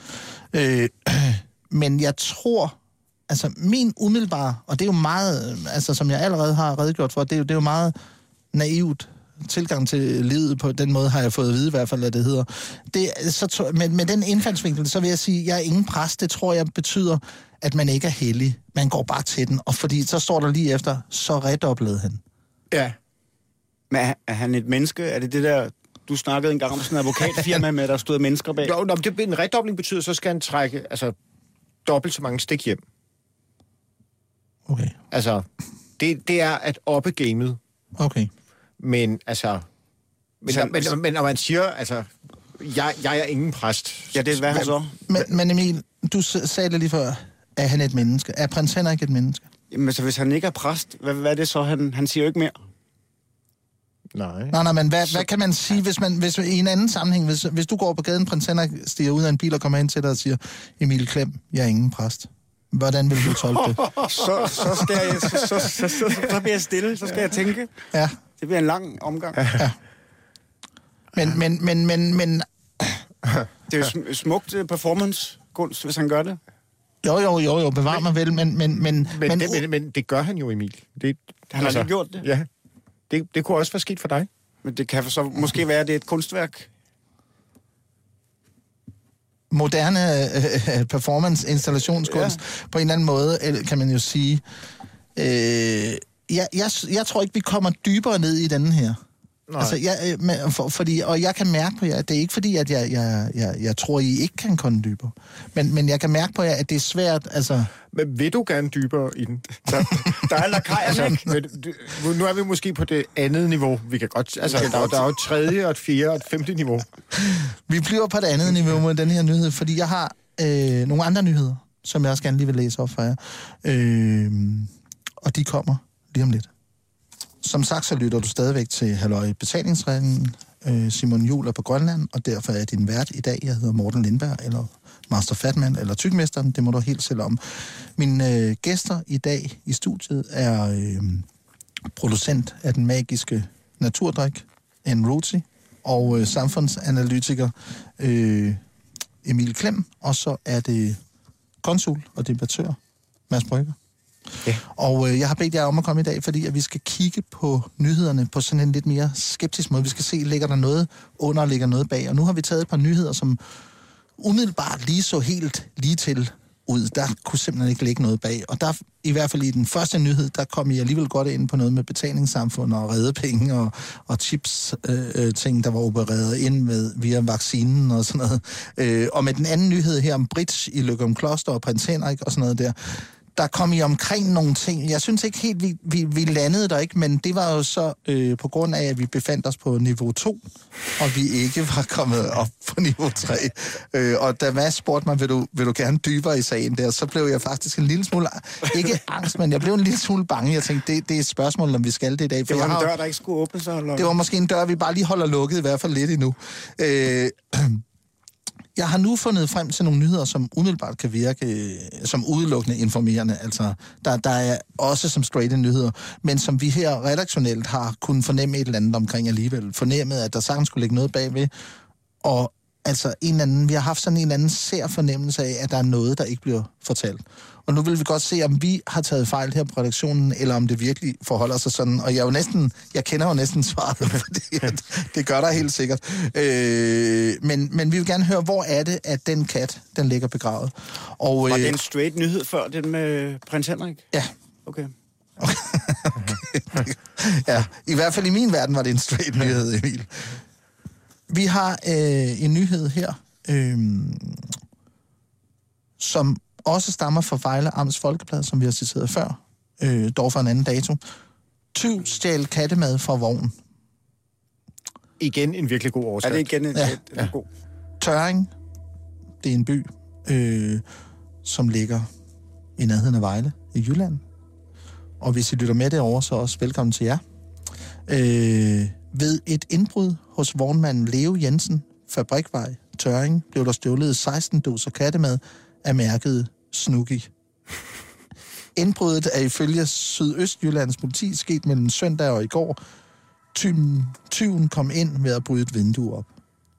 Øh, men jeg tror, altså min umiddelbare, og det er jo meget, altså som jeg allerede har redegjort for, det er jo, det er jo meget naivt, tilgang til livet på den måde har jeg fået at vide i hvert fald, at det hedder. Det, så, med, med den indfaldsvinkel, så vil jeg sige, at jeg er ingen præst. Det tror jeg betyder, at man ikke er hellig. Man går bare til den, og fordi så står der lige efter, så redoblede han. Ja. Men er han et menneske? Er det det der, du snakkede engang om sådan en advokatfirma med, der stod mennesker bag? Jo, når det, en redobling betyder, så skal han trække altså, dobbelt så mange stik hjem. Okay. Altså, det, det er at oppe gamet. Okay. Men altså, men, så, men, men, men når man siger, altså, jeg, jeg er ingen præst. Ja, det er hvad han så. Men, men Emil, du sagde det lige før, er han et menneske? Er prins Henrik et menneske? Jamen, så hvis han ikke er præst, hvad, hvad er det så? Han, han siger jo ikke mere. Nej. Nej, nej, men hvad, hvad kan man sige, hvis man hvis i en anden sammenhæng, hvis, hvis du går på gaden, prins Henrik stiger ud af en bil og kommer ind til dig og siger, Emil Klem, jeg er ingen præst. Hvordan vil du tolke det? så, så, skal jeg, så, så, så, så, så, så bliver jeg stille, så skal jeg tænke. Ja. Det bliver en lang omgang. Ja. Men, men, men, men, men... Det er jo smukt performance-kunst, hvis han gør det. Jo, jo, jo, jo, bevar mig vel, men... Men, men, men, men, det, men, men det gør han jo, Emil. Det, han altså, har lige gjort det. Ja, det, det kunne også være sket for dig. Men det kan så måske være, at det er et kunstværk. Moderne øh, performance-installationskunst, ja. På en eller anden måde, kan man jo sige... Øh, jeg, jeg, jeg tror ikke, vi kommer dybere ned i denne her. Nej. Altså, jeg, men, for, fordi, og jeg kan mærke på jer, det er ikke fordi, at jeg, jeg, jeg, jeg tror, I ikke kan komme dybere. Men, men jeg kan mærke på jer, at det er svært, altså... Men vil du gerne dybere i den? Der, der er lakajen, altså, ikke? Nu er vi måske på det andet niveau. Vi kan godt... Altså, der, er, der er jo et tredje, og et fjerde, og et femte niveau. Vi bliver på det andet niveau med den her nyhed, fordi jeg har øh, nogle andre nyheder, som jeg også gerne lige vil læse op for jer. Øh, og de kommer lige om lidt. Som sagt, så lytter du stadigvæk til Halløj Betalingsringen. Øh, Simon Juhl er på Grønland, og derfor er din vært i dag. Jeg hedder Morten Lindberg, eller Master Fatman, eller Tykmesteren. Det må du helt selv om. Mine øh, gæster i dag i studiet er øh, producent af den magiske naturdrik, en Ruti, og øh, samfundsanalytiker øh, Emil Klem, og så er det konsul og debattør Mads Brygger. Ja. Og øh, jeg har bedt jer om at komme i dag, fordi at vi skal kigge på nyhederne på sådan en lidt mere skeptisk måde. Vi skal se, ligger der noget under, ligger noget bag. Og nu har vi taget et par nyheder, som umiddelbart lige så helt lige til ud. Der kunne simpelthen ikke ligge noget bag. Og der, i hvert fald i den første nyhed, der kom I alligevel godt ind på noget med betalingssamfund og reddepenge og, og chips øh, ting, der var opereret ind med via vaccinen og sådan noget. Øh, og med den anden nyhed her om Bridge i Løgum Kloster og Prins Henrik og sådan noget der, der kom I omkring nogle ting. Jeg synes ikke helt, vi, vi, vi landede der ikke, men det var jo så øh, på grund af, at vi befandt os på niveau to, og vi ikke var kommet op på niveau tre. Øh, og da Mads spurgte mig, vil du, vil du gerne dybere i sagen der, så blev jeg faktisk en lille smule, ikke angst, men jeg blev en lille smule bange. Jeg tænkte, det, det er et spørgsmål, om vi skal det i dag. For det var jeg en har, dør, der ikke skulle åbne sig? Eller? Det var måske en dør, vi bare lige holder lukket, i hvert fald lidt endnu. Øh, Jeg har nu fundet frem til nogle nyheder, som umiddelbart kan virke som udelukkende informerende. Altså, der, der er også som straight nyheder, men som vi her redaktionelt har kunnet fornemme et eller andet omkring alligevel. Fornemmet, at der sagtens skulle ligge noget bagved. Og altså, en eller anden, vi har haft sådan en eller anden sær fornemmelse af, at der er noget, der ikke bliver fortalt. Og nu vil vi godt se, om vi har taget fejl her på redaktionen, eller om det virkelig forholder sig sådan. Og jeg er jo næsten, jeg kender jo næsten svaret, fordi at det gør der helt sikkert. Øh, men, men vi vil gerne høre, hvor er det, at den kat, den ligger begravet. Og, var øh, det en straight nyhed før, den med Prins Henrik? Ja. Okay. okay. Ja, i hvert fald i min verden var det en straight nyhed, Emil. Vi har øh, en nyhed her, øh, som også stammer fra Vejle Amts Folkeblad, som vi har citeret før, øh, dog fra en anden dato. Tyv stjal kattemad fra vognen. Igen en virkelig god overskrift. Er det igen en, ja. en, en god? Tørring, det er en by, øh, som ligger i nærheden af Vejle i Jylland. Og hvis I lytter med derovre, så også velkommen til jer. Øh, ved et indbrud hos vognmanden Leo Jensen, Fabrikvej, Tørring, blev der stjålet seksten dåser kattemad af mærket Snooki. Indbruddet er ifølge Sydøstjyllands politi sket mellem søndag og i går. Tyven, tyven kom ind ved at bryde et vindue op.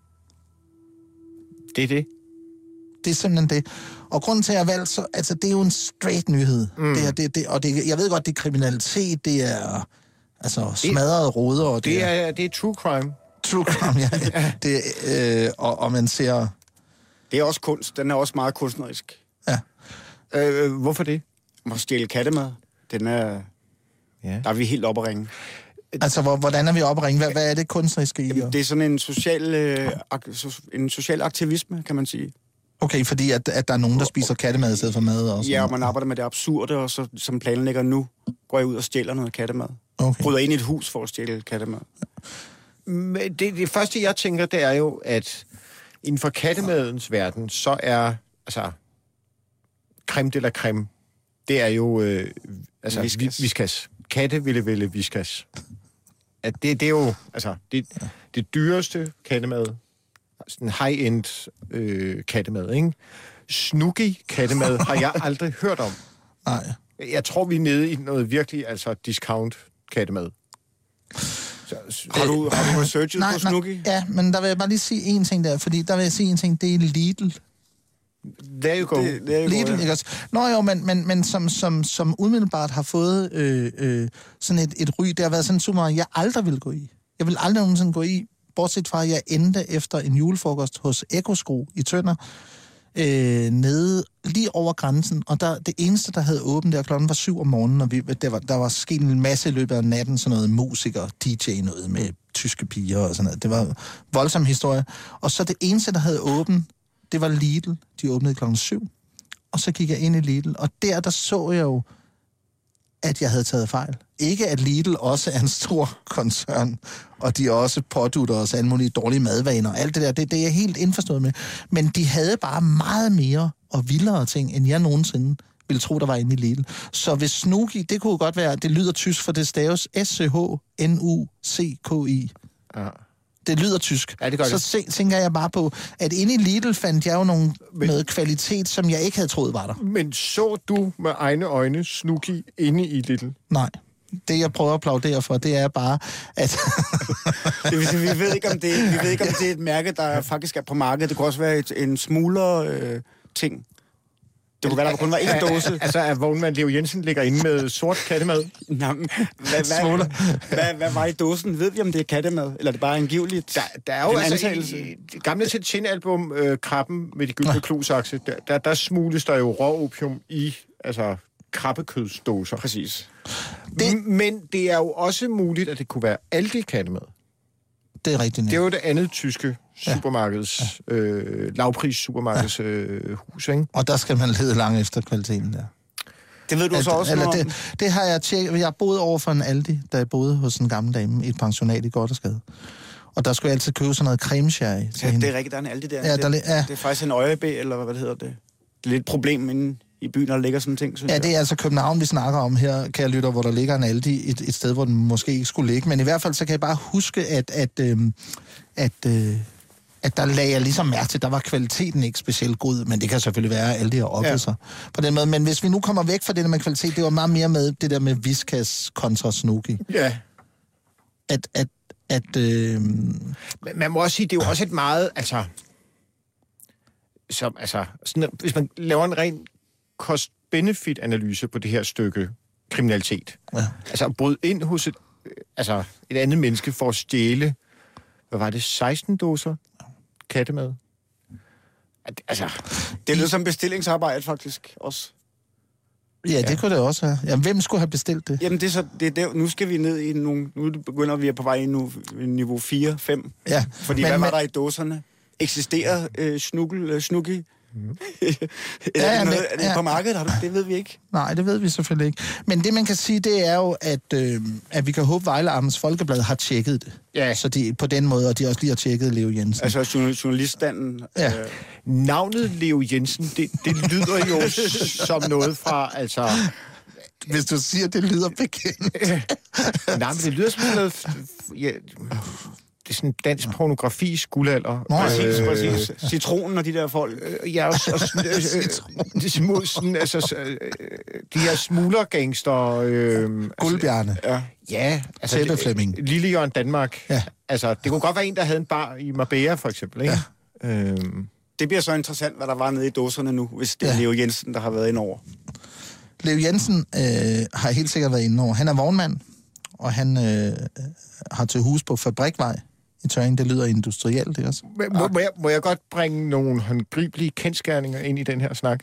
Det er det? Det er simpelthen det. Og grunden til, at jeg valgte, så, altså, det er jo en straight nyhed. Mm. Det er, det, det, og det, jeg ved godt, det er kriminalitet, det er altså smadrede ruder. Og det, det, er, det er true crime. True crime, ja. det, øh, og, og man ser... Det er også kunst. Den er også meget kunstnerisk. Ja. Øh, hvorfor det? At stjæle kattemad. Den er... Ja. Der er vi helt oppe at ringe. Altså, hvordan er vi oppe at ringe? Hvad, hvad er det kunstneriske i? Jamen, det er sådan en social, øh, ak- en social aktivisme, kan man sige. Okay, fordi at, at der er nogen, der spiser kattemad i stedet for mad? Og sådan. Ja, og man arbejder med det absurde, og så som planlægger nu, går jeg ud og stjæler noget kattemad. Okay. Bryder ind i et hus for at stjæle kattemad. Men det, det første, jeg tænker, det er jo, at inden for kattemadens verden, så er, altså, creme de la creme, det er jo, øh, altså, Whiskas. Whiskas. Katte ville vælge Whiskas. At det, det er jo, altså, det, det dyreste kattemad, sådan high-end øh, kattemad, ikke? Snooki kattemad har jeg aldrig hørt om. Nej. Jeg tror, vi er nede i noget virkelig, altså, discount kattemad. Så, har, du, har du researchet nej, på Snooki? Ja, men der vil jeg bare lige sige en ting der, fordi der vil jeg sige en ting, det er Lidl. There you go. Det, there you Lidl, go, ja. ikke også? Nå jo, men, men, men som, som, som umiddelbart har fået øh, øh, sådan et, et ry, det har været sådan en supermarked, jeg aldrig vil gå i. Jeg vil aldrig nogensinde gå i, bortset fra, at jeg endte efter en julefrokost hos Ekosko i Tønder, øh, nede lige over grænsen, og der, det eneste, der havde åbent der, klokken var syv om morgenen, og vi, der, var, der var sket en masse i løbet af natten, sådan noget musikere, D J noget med tyske piger og sådan noget. Det var en voldsom historie. Og så det eneste, der havde åbent, det var Lidl. De åbnede klokken syv. Og så gik jeg ind i Lidl, og der, der så jeg jo, at jeg havde taget fejl. Ikke at Lidl også er en stor koncern, og de også pådutter os alle mulige dårlige madvaner, og alt det der, det, det er jeg helt indforstået med. Men de havde bare meget mere og vildere ting, end jeg nogensinde ville tro, der var inde i Lidl. Så hvis Snuki, det kunne godt være, det lyder tysk, for det staves S C H N U C K I. Ja. Det lyder tysk. Ja, det gør så det. Se, tænker jeg bare på, at inde i Lidl fandt jeg jo nogle, men, noget kvalitet, som jeg ikke havde troet var der. Men så du med egne øjne Snuki inde i Lidl? Nej. Det, jeg prøver at applaudere for, det er bare, at... det vil sige, vi ved ikke, om det, vi ved ikke, om det er et mærke, der faktisk er på markedet. Det kunne også være et, en smugler øh, ting. Det kunne være, der kun var en dåse. Altså, at vognmand Leo Jensen ligger inde med sort kattemad? Nå, hvad, hvad, hvad, hvad var i dåsen? Ved vi, om det er kattemad? Eller er det bare angiveligt? Der, der er jo altså i, i det gamle Tietjen-album, øh, Krabben med de gyldne klosakse, der, der, der smugles der jo råopium i, altså, krabbekødsdåser. Præcis. Det, men det er jo også muligt, at det kunne være Aldi kattemad. Det er rigtigt. Det er jo det andet tyske supermarkeds, ja. øh, lavpris supermarkeds øh, hus, ikke? Og der skal man lede langt efter kvaliteten der. Det ved du at, så også eller noget det, det har jeg tjekket. Jeg boede over for en Aldi, da jeg boede hos en gammel dame i et pensionat i Gothersgade. Og der skulle jeg altid købe sådan noget creme sherry. Ja, det er rigtigt, der er en Aldi der. Ja, det, der, ja. det er faktisk en øjebæ, eller hvad det hedder det. Det er lidt et problem inde i byen, der ligger sådan en ting, synes Ja, jeg. det er altså København, vi snakker om her, kan jeg lytte, hvor der ligger en Aldi et, et sted, hvor den måske ikke skulle ligge. Men i hvert fald, så kan jeg bare huske, at, at, øh, at, øh, at der lagde jeg ligesom mærke til, der var kvaliteten ikke specielt god, men det kan selvfølgelig være, at Aldi har oppet ja. sig på den måde. Men hvis vi nu kommer væk fra det der med kvalitet, det var meget mere med det der med Whiskas kontra Snuki. Ja. At, at, at øh... Man må også sige, det er jo også et meget, altså, som, altså, sådan, hvis man laver en ren cost-benefit-analyse på det her stykke kriminalitet. Ja. Altså at bryde ind hos et, altså, et andet menneske for at stjæle, hvad var det, seksten dåser kattemad? Altså, det lyder som bestillingsarbejde faktisk også. Ja, det ja. kunne det også have. Jamen, hvem skulle have bestilt det? Jamen, det er så, det er der, nu skal vi ned i nogle, nu begynder vi at på vej i nu, niveau fire fem. Ja. Fordi men, hvad var der i dåserne? Eksisterer øh, snukkel, øh, snuki? Mm. ja, er, det noget, men, er det ja. på markedet? Har du, det ved vi ikke. Nej, det ved vi selvfølgelig ikke. Men det, man kan sige, det er jo, at, øh, at vi kan håbe, Vejle Amts Folkeblad har tjekket det. Ja. Så de, på den måde, og de også lige har tjekket Leo Jensen. Altså journaliststanden. Ja. Øh... Navnet Leo Jensen, det, det lyder jo som noget fra, altså... Hvis du siger, det lyder bekendt. Nej, men det lyder som noget... Ja, det er sådan dansk pornografis guldalder. Nå, præcis, øh, præcis. Citronen og de der folk. Øh, ja, og, og sådan, øh, de, små, sådan, altså, øh, de her smuglergangster... Øh, Guldbjerne. Altså, ja. Altså, Tæppeflemming. Lille Jørgen Danmark. Ja. Altså, det kunne godt være en, der havde en bar i Marbella, for eksempel, ikke? Ja. Øhm. Det bliver så interessant, hvad der var nede i dåserne nu, hvis det er ja. Leo Jensen, der har været inde over. Leo Jensen øh, har helt sikkert været inde over. Han er vognmand, og han øh, har til hus på Fabrikvej i Tørring. Det lyder industrielt, det også. Må, må, jeg, må jeg godt bringe nogle håndgribelige kendskærninger ind i den her snak?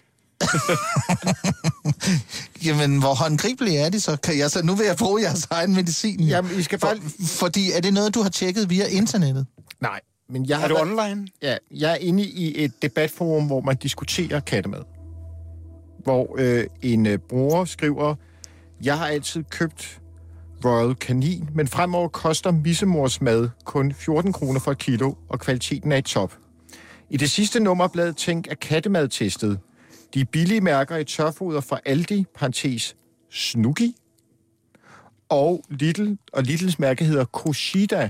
Jamen, hvor håndgribelige er de så? Kan jeg så? Nu vil jeg bruge jeres egen medicin. Jamen, I skal bare... For, fordi er det noget, du har tjekket via internettet? Nej, men jeg er har... du online? Ja, jeg er inde i et debatforum, hvor man diskuterer kattemad. Hvor øh, en øh, bruger skriver, jeg har altid købt Royal Canin, men fremover koster missemors mad kun fjorten kroner for et kilo, og kvaliteten er i top. I det sidste nummer bladet Tænk er kattemad testet. De billige mærker i tørfoder fra Aldi, parentes Snuki, og Lidl, og Lidls mærke hedder Koshida,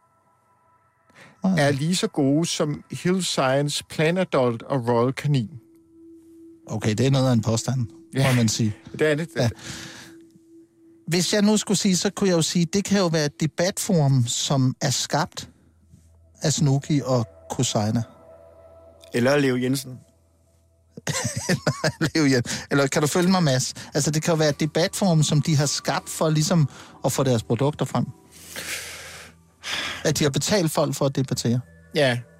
er lige så gode som Hill Science, Plan Adult og Royal Canin. Okay, det er noget af en påstand, ja, må man sige. Det er det. Ja. Hvis jeg nu skulle sige, så kunne jeg jo sige, det kan jo være et debatforum, som er skabt af Snuki og Koshida. Eller Leo Jensen. Eller Leo Jensen. Eller kan du følge mig, Mads? Altså, det kan jo være et debatforum, som de har skabt for ligesom at få deres produkter frem. At de har betalt folk for at debattere. Ja.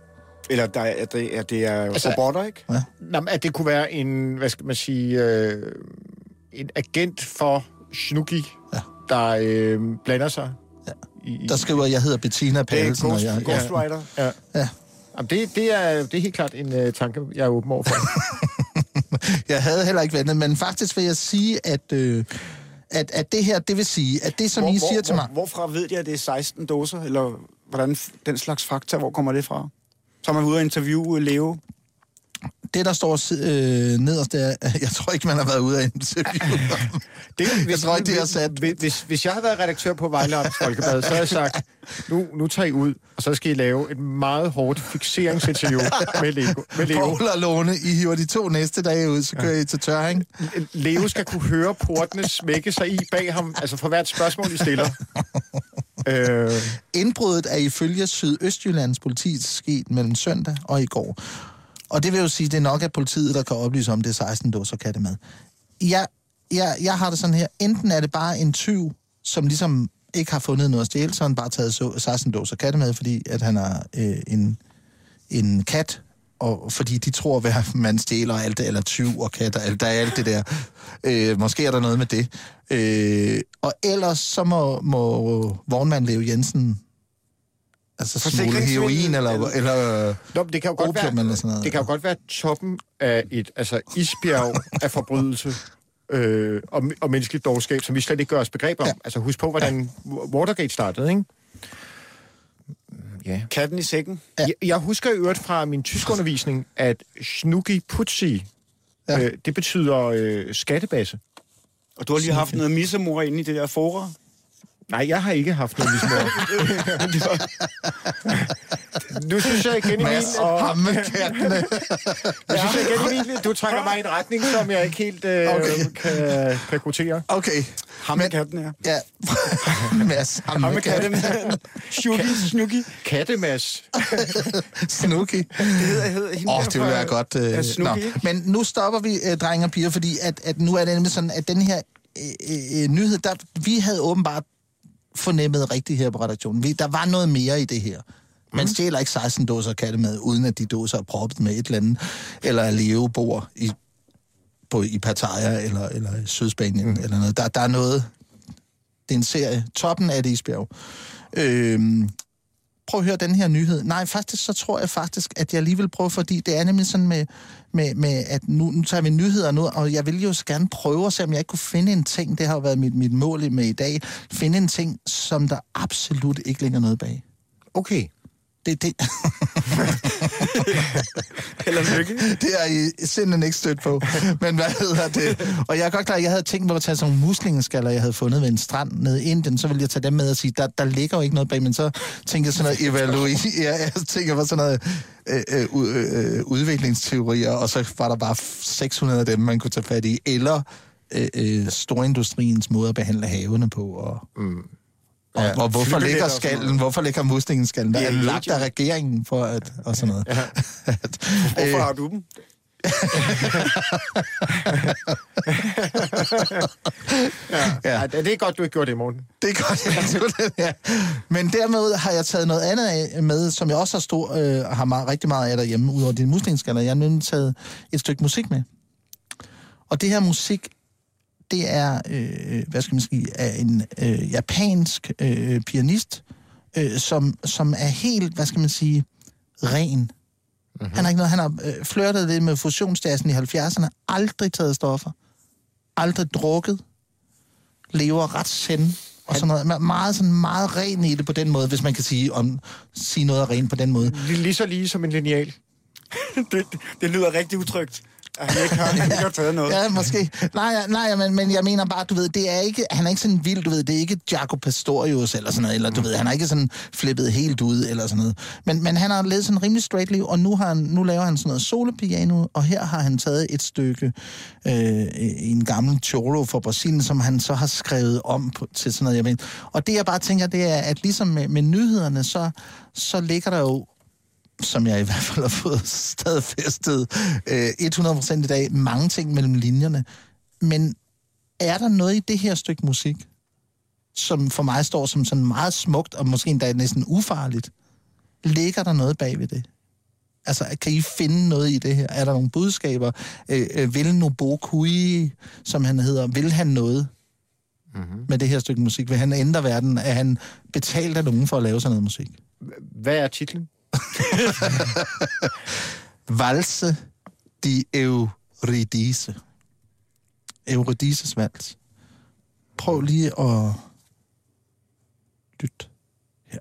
Eller der er, det, er, det er Altså, robotter, ikke? Ja. Nå, at det kunne være en, hvad skal man sige, øh, en agent for Snooki, Ja. der øh, blander sig. Ja. I, Der skriver, jeg hedder Bettina Det er Pallesen, og Ghost, jeg... Ghost Rider. Ja. Ja. Jamen, det, det, er, det er helt klart en uh, tanke, jeg er åben over for. Jeg havde heller ikke ventet, men faktisk vil jeg sige, at, øh, at, at det her, det vil sige, at det, som Hvor, I hvor, siger til mig... hvor, hvorfra ved de, at det er seksten dåser? Eller hvordan den slags fakta, hvor kommer det fra? Så er man ude og interviewe Leo. Det, der står øh, nederst, det er... Jeg tror ikke, man har været ude af interview. Det, hvis, Jeg tror ikke, det er sat. Hvis, hvis, hvis jeg havde været redaktør på Vejle Amts Folkeblad, så havde jeg sagt, nu, nu tager I ud, og så skal I lave et meget hårdt fixeringsinterview med Leo. Med Leo. Poul og Lone, I hiver de to næste dage ud, så kører I til Tørring. Leo skal kunne høre portene smække sig i bag ham, altså for hvert spørgsmål, I stiller. øh, Indbruddet er ifølge Sydøstjyllands politi sket mellem søndag og i går. Og det vil jo sige, at det er nok at politiet, der kan oplyse om det er seksten dåser kattemad. Jeg, jeg, jeg har det sådan her. Enten er det bare en tyv, som ligesom ikke har fundet noget at stjæle, så han bare taget seksten dåser kattemad, fordi at han er øh, en, en kat, og fordi de tror, at man stjæler alt det, eller tyv og kat, og alt, der er alt det der. Øh, måske er der noget med det. Øh, og ellers så må, må vognmand Leo Jensen altså smule heroin, eller, eller Nå, det kan jo godt opium, være, eller sådan noget. det kan jo godt være toppen af et altså, isbjerg af forbrydelse øh, og, og menneskeligt dårskab, som vi slet ikke gør os begreb om. Ja. Altså husk på, hvordan Watergate startede, ikke? Ja. Katten i sækken. Ja. Jeg, jeg husker i øvrigt fra min tyskundervisning, at Snooki Putzi, Ja. øh, det betyder øh, skattebasse. Og du har lige haft noget missemor inde i det der fora. Nej, jeg har ikke haft noget mismor. Nu synes jeg igen i min... Og hammekattene. Jeg synes jeg igen i min... Du trækker mig i en retning, som jeg ikke helt øh, Okay. kan rekruttere. Okay. Hammekatten, ja. Ja. Mads hammekatten. Hammekatten. Snuki, Snuki. Kattemas. Snooki. Det hedder, hedder hende Åh, der oh, det ville fra- være godt. Øh, Ja, nå. Snuki, ikke? Men nu stopper vi, øh, drenge og piger, fordi at, at nu er det nemlig sådan, at den her øh, øh, nyhed, der, vi havde åbenbart fornemmet rigtigt her på redaktionen. Vi, der var noget mere i det her. Man stjæler ikke seksten dåser kattemad, uden at de dåser er proppet med et eller andet, eller at Leo bor i, på, i Pattaya, eller, eller i Sydspanien, mm. eller noget. Der, der er noget... Det er en serie. Toppen af et isbjerg. Øhm, prøv at høre den her nyhed. Nej, faktisk så tror jeg faktisk, at jeg lige vil prøve, fordi det er nemlig sådan med, med, med at nu, nu tager vi nyheder nu, og jeg vil jo gerne prøve at se, om jeg ikke kunne finde en ting, det har jo været mit, mit mål med i dag, finde en ting, som der absolut ikke ligger noget bag. Okay. Det, det, Eller lykke. det er I simpelthen ikke stødt på. Men hvad hedder det? Og jeg er godt klar, at jeg havde tænkt mig at tage sådan nogle muslingeskaller, jeg havde fundet ved en strand nede i Indien, så ville jeg tage dem med og sige, der, der ligger jo ikke noget bag, men så tænkte jeg sådan noget evaluering. Ja, jeg tænker på sådan noget øh, øh, øh, udviklingsteorier, og så var der bare seks hundrede af dem, man kunne tage fat i. Eller øh, øh, storindustriens måde at behandle havene på, og... Mm. Og, ja, og hvorfor flybilletter ligger og sådan skallen, noget. hvorfor ligger muslingeskallen? Der Ja, er det er lagt af regeringen for at, og sådan noget. Ja. At, Hvorfor øh, har du dem? Ja. Ja. Ja, det er godt, du ikke gjorde det i morgen. Det er godt, jeg tog det, ja. Men dermed har jeg taget noget andet af med, som jeg også har, stor, øh, har meget, rigtig meget af derhjemme, udover dine muslingeskaller. Jeg har nemlig taget et stykke musik med. Og det her musik, det er, øh, hvad skal man sige, af en øh, japansk øh, pianist, øh, som, som er helt, hvad skal man sige, ren. Mm-hmm. Han har ikke noget, han har øh, flirtet lidt med fusionsjazzen i halvfjerdserne, aldrig taget stoffer, aldrig drukket, lever ret send, og sådan noget. Meget, sådan meget ren i det på den måde, hvis man kan sige, om, sige noget af ren på den måde. Lige så lige som en lineal. det, det, det lyder rigtig utrygt. At han ikke har, han ikke har taget noget. Ja, måske. Nej, nej men, men jeg mener bare, du ved, det er ikke, han er ikke sådan vild, du ved, det er ikke Jaco Pastorius eller sådan noget, eller du ved, han er ikke sådan flippet helt ud eller sådan noget. Men, men han har levet sådan rimelig straight liv, og nu, har han, nu laver han sådan noget solopiano, og her har han taget et stykke øh, en gammel choro fra Brasilien, som han så har skrevet om på, til sådan noget, jeg mener. Og det jeg bare tænker, det er, at ligesom med, med nyhederne, så, så ligger der jo, som jeg i hvert fald har fået stadfæstet øh, hundrede procent i dag, mange ting mellem linjerne. Men er der noget i det her stykke musik, som for mig står som sådan meget smukt, og måske endda næsten ufarligt? Ligger der noget bag ved det? Altså, kan I finde noget i det her? Er der nogle budskaber? Øh, øh, vil Nobokui, som han hedder, vil han noget mm-hmm. med det her stykke musik? Vil han ændre verden? Er han betalt af nogen for at lave sådan noget musik? Hvad er titlen? Valse di Eurydice. Eurydices vals. Prøv lige at lytte her.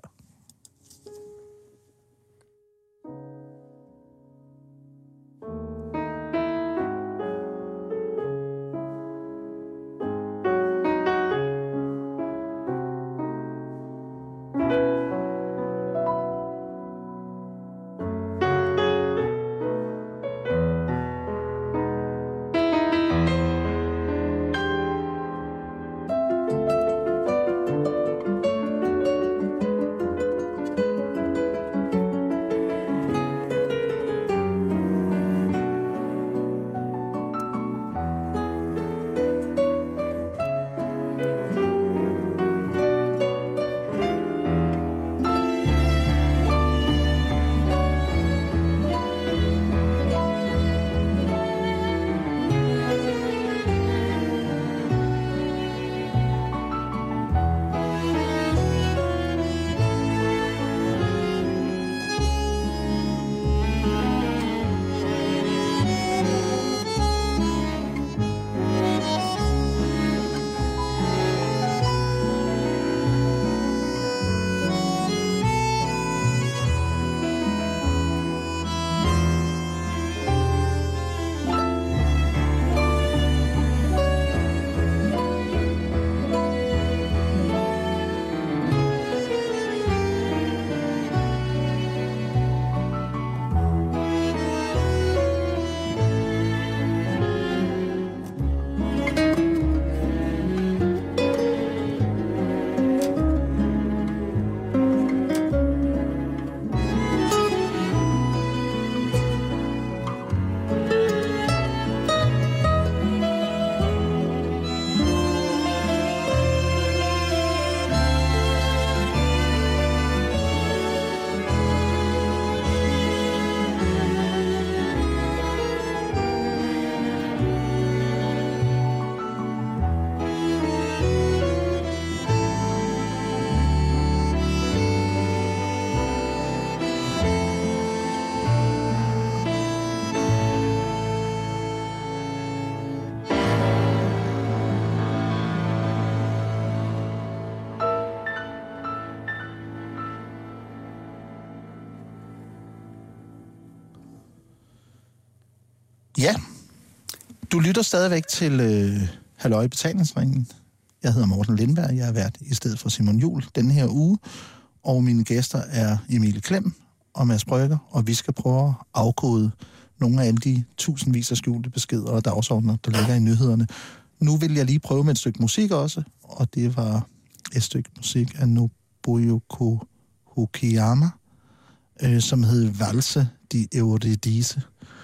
Ja, du lytter stadigvæk til øh, Halløj i Betalingsringen. Jeg hedder Morten Lindberg, jeg er vært i stedet for Simon Juhl denne her uge. Og mine gæster er Emilie Klem og Mads Brygger, og vi skal prøve at afkode nogle af alle de tusindvis af skjulte beskeder og dagsordner, der ligger i nyhederne. Nu vil jeg lige prøve med et stykke musik også, og det var et stykke musik af Nobuyuki Hokiyama, øh, som hed Valse di Eurydice.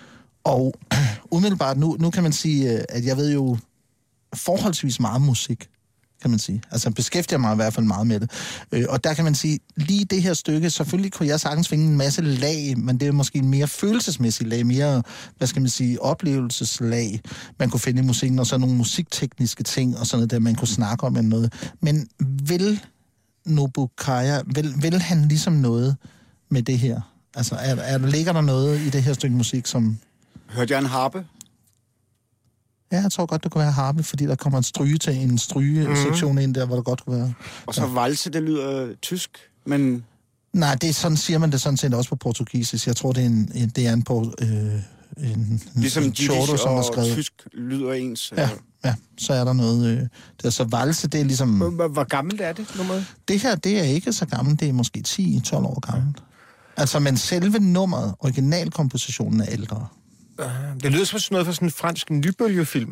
Og umiddelbart, nu, nu kan man sige, at jeg ved jo forholdsvis meget musik, kan man sige. Altså beskæftiger mig i hvert fald meget med det. Øh, og der kan man sige, lige det her stykke, selvfølgelig kunne jeg sagtens finde en masse lag, men det er måske en mere følelsesmæssig lag, mere, hvad skal man sige, oplevelseslag, man kunne finde i musikken, og så nogle musiktekniske ting, og sådan noget der, man kunne snakke om eller noget. Men vil Nobukaya, vil, vil han ligesom noget med det her? Altså, er, er, ligger der noget i det her stykke musik, som... Hørte jeg en harpe? Ja, jeg tror godt, det kunne være harpe, fordi der kommer en stryge til en stryge-sektion mm. ind der, hvor der godt kunne være... Og så ja. Valse, det lyder tysk, men... Nej, det er sådan, siger man det sådan set også på portugisisk. Jeg tror, det er en, en, det er en på... Øh, en, ligesom en Chordo, som og skrevet. Tysk lyder ens. Ja, ja, så er der noget... Øh, det er så valse, det er ligesom... Hvor, hvor gammelt er det? Nummer? Det her, det er ikke så gammelt. Det er måske ti til tolv år gammelt. Ja. Altså, men selve nummeret, originalkompositionen er ældre. Det lyder som sådan noget fra sådan en fransk nybølgefilm.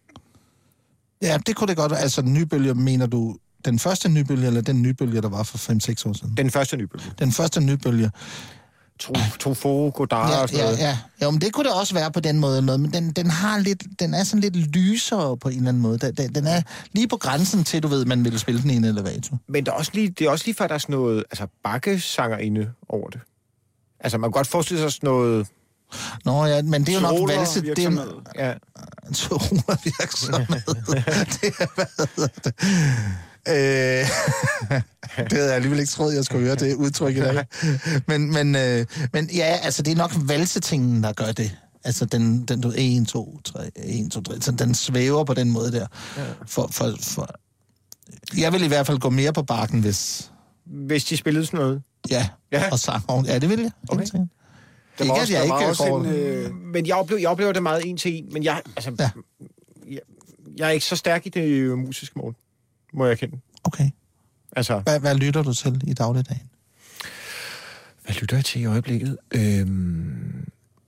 Ja, det kunne det godt. Altså, nybølge, mener du den første nybølge, eller den nybølge, der var for fem seks år siden? Den første nybølge. Den første nybølge. Truffaut, Godard ja, og sådan noget. Ja, ja. Jo, men det kunne det også være på den måde, noget, men den, den, har lidt, den er sådan lidt lysere på en eller anden måde. Den, den er lige på grænsen til, du ved, man vil spille den i en elevator. Men der er også lige, det er også lige før, der er sådan noget altså bakkesangerinde over det. Altså, man kan godt forestille sig sådan noget... Nå ja, men det er jo nok valse... Det er jo... Ja. Virksomhed. Det er, hvad hedder det? Øh, det havde jeg alligevel ikke troet, jeg skulle høre det udtryk i dag. Men, men, øh, men ja, altså det er nok valsetingen, der gør det. Altså den, den du en, to, tre, en, to, tre, så den svæver på den måde der. For, for, for, jeg vil i hvert fald gå mere på bakken, hvis... Hvis de spillede sådan noget? Ja, ja. Og sang. Ja, det vil jeg. Okay. Det der var også, jeg der ikke var også får... en, øh... Men jeg oplever, jeg oplever det meget en til en, men jeg, altså, ja. jeg, jeg er ikke så stærk i det musiske mål, må jeg kende. Okay. Altså, hvad, hvad lytter du til i dagligdagen? Hvad lytter jeg til i øjeblikket? Øhm,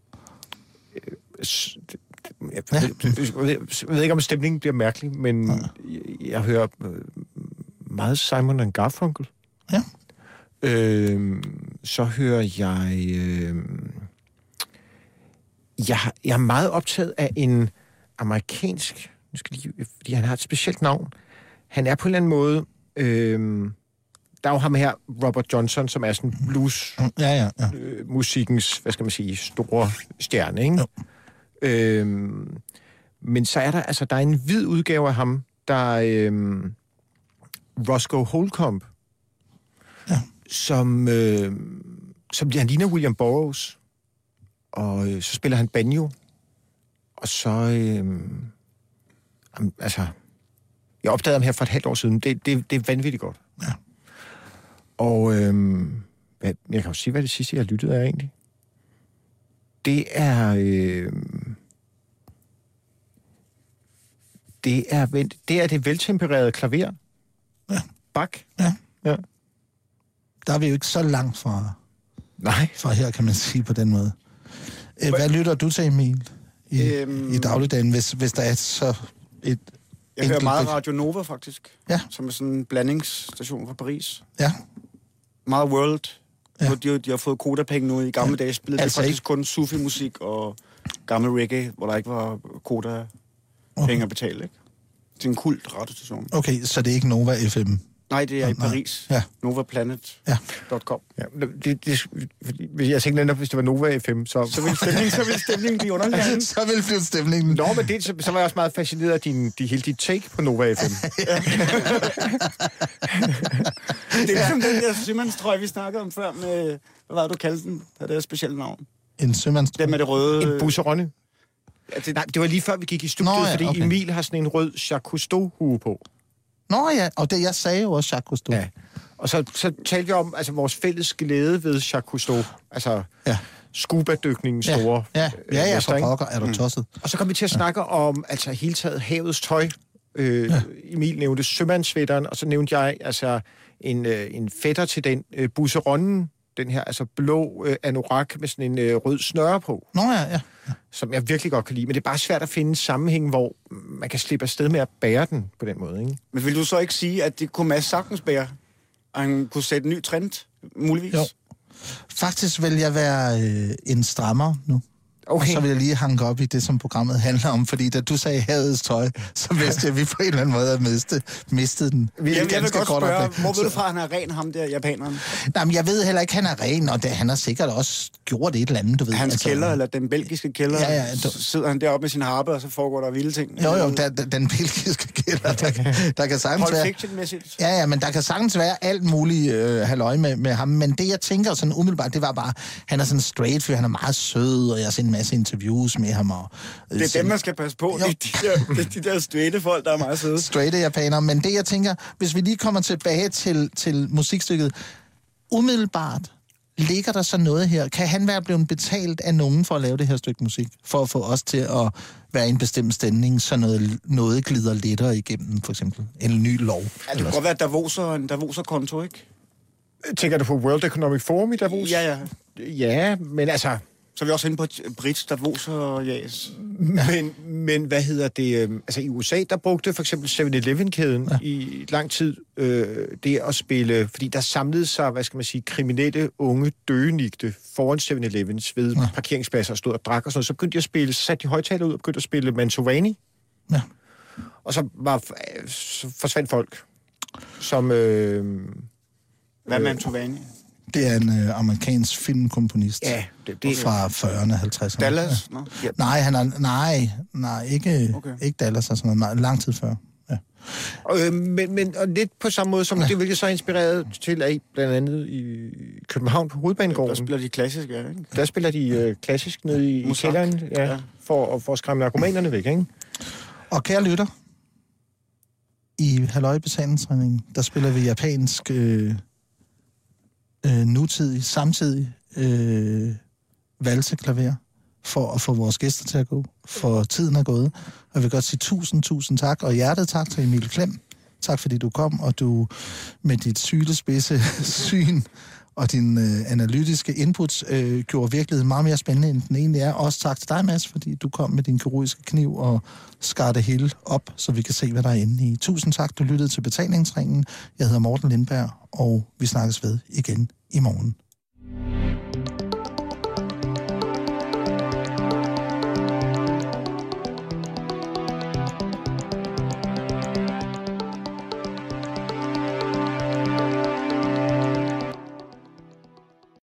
jeg, ja. jeg, jeg, jeg ved ikke, om stemningen bliver mærkelig, men ja. jeg, jeg hører meget Simon and Garfunkel. Ja. Øhm, så hører jeg... Øhm, jeg... Jeg er meget optaget af en amerikansk... Nu skal lige, fordi han har et specielt navn. Han er på en eller anden måde... Øhm, der er jo ham her, Robert Johnson, som er sådan blues... Ja, ja, ja. Øh, musikkens, hvad skal man sige, store stjerne, ikke? Øhm, men så er der... Altså, der er en hvid udgave af ham, der... Øhm, Roscoe Holcomb, ja. som, øh, som han ligner William Burroughs, og øh, så spiller han banjo, og så, øh, altså, jeg opdagede ham her for et halvt år siden, det, det, det er vanvittigt godt. Ja. Og øh, hvad, jeg kan jo sige, hvad det sidste, jeg har lyttet af egentlig. Det er, øh, det er, det er det veltempererede klaver, ja. Bak. Ja. Ja. Der er vi jo ikke så langt fra, Nej. fra her, kan man sige på den måde. Hvad lytter du til, Emil, i, øhm, i dagligdagen, hvis, hvis der er så et... Jeg hører meget Radio Nova, faktisk. Ja. Som er sådan en blandingsstation fra Paris. Ja. Meget world. Ja. De, de har fået kodapenge nu. I gamle ja. dage spillede altså det faktisk ikke... kun Sufi-musik og gammel reggae, hvor der ikke var koda-penge okay. at betale, ikke? Det er en kult radiostation. Okay, så det er ikke Nova F M? Nej, det er i Paris. Ja. Novaplanet punktum com. Ja. Ja, det, det, jeg tænkte netop, hvis det var Nova F M, så... Så ville stemningen, så ville stemningen blive underlig. Så ville blive stemningen. Nå, men det, så, så var jeg også meget fascineret af din, de, hele dit take på Nova F M. Det er ligesom den der sømandstrøje, vi snakkede om før med... Hvad var det, du kaldte den? Det er et specielt navn. En sømandstrøje? Den med det røde... En busseronne. Ja, det, nej, det var lige før, vi gik i studiet, Nå, ja, fordi okay. Emil har sådan en rød Jacques Cousteau-hue på. Nå ja, og det jeg sagde jo også Jacques Cousteau. Ja. Og så, så talte vi om altså, vores fælles glæde ved Jacques Cousteau. Altså ja. scuba-dykningens store... Ja, ja, ja, ja for pokker er du tosset. Mm. Og så kom vi til at snakke ja. om altså hele taget havets tøj. Øh, ja. Emil nævnte sømandsvætteren, og så nævnte jeg altså en, øh, en fætter til den øh, busseronnen, den her altså blå øh, anorak med sådan en øh, rød snøre på. Nå ja, ja. Som jeg virkelig godt kan lide. Men det er bare svært at finde en sammenhæng, hvor man kan slippe afsted med at bære den på den måde, ikke? Men vil du så ikke sige, at det kunne Mads sagtens bære? Og han kunne sætte en ny trend, muligvis? Jo. Faktisk vil jeg være øh, en strammer nu. Okay. Og så vil jeg lige hanke op i det, som programmet handler om, fordi da du sagde havets tøj, så vidste jeg, at vi på en eller anden måde havde mistet, mistet den. Vi jeg, jeg vil godt spørge, hvor ved du fra, at han er ren, ham der japaneren? Nej, men jeg ved heller ikke, at han er ren, og det, han har sikkert også gjort et eller andet, du ved. Hans altså, kælder, eller den belgiske kælder, ja, ja, du... sidder han deroppe med sin harpe, og så foregår der vilde ting. Jo, jo, der, der, den belgiske kælder, der, der kan sagtens være... Fiction-mæssigt. Ja, ja, men der kan sagtens være alt muligt øh, halløj med, med ham, men det, jeg tænker sådan umiddelbart, det var bare, han er sådan straight, for han er meget sød, og jeg har set en masse interviews med ham. Og, øh, det er dem, man skal passe på. Det er de der, de der straighte folk, der er meget søde. Straighte japanere. Men det, jeg tænker, hvis vi lige kommer tilbage til, til musikstykket, umiddelbart ligger der så noget her? Kan han være blevet betalt af nogen for at lave det her stykke musik? For at få os til at være i en bestemt stemning, så noget, noget glider lettere igennem, for eksempel? En ny lov? Ja, det kan godt være, at Davoser, en Davoser-konto, ikke? Tænker du på World Economic Forum i Davos? Ja, ja. Ja, men altså... Så er vi også inde på Brits, Davos og Jas. Men, men hvad hedder det? Altså i U S A, der brugte for eksempel seven eleven-kæden ja. i lang tid øh, det at spille, fordi der samlede sig, hvad skal man sige, kriminelle unge døgenigte foran seven elevens ved ja. parkeringspladser og stod og drak og sådan noget. Så begyndte de at spille, så satte de højtaler ud og begyndte at spille Mantovani. Ja. Og så, var, så forsvandt folk, som... Øh, Hvad er Mantovani? Det er en øh, amerikansk filmkomponist. Ja, det, det fra fyrrerne, halvtredserne. Dallas? Ja. No? Ja. Nej, han er, nej, nej, ikke, okay. ikke Dallas, altså noget meget, lang tid før. Ja. Og, øh, men, men og lidt på samme måde som ja. det, hvilket så er inspireret til af blandt andet i København på Hovedbanegården. Der spiller de klassisk, ja, ikke? Der spiller de øh, klassisk nede i, i kælderen, ja, ja. For, for at skræmme narkomanerne væk, ikke? Og kære lytter, i Halløj Betalingsregningen, der spiller vi japansk øh, øh, nutidig, samtidig øh, valseklaver for at få vores gæster til at gå, for tiden er gået. Og jeg vil godt sige tusind, tusind tak, og hjertet tak til Emil Klem. Tak fordi du kom, og du med dit sylespidse syn og din øh, analytiske inputs øh, gjorde virkeligheden meget mere spændende, end den egentlig er. Også tak til dig, Mads, fordi du kom med din kirurgiske kniv og skar det hele op, så vi kan se, hvad der er inde i. Tusind tak, du lyttede til Betalingsringen. Jeg hedder Morten Lindberg, og vi snakkes ved igen i morgen.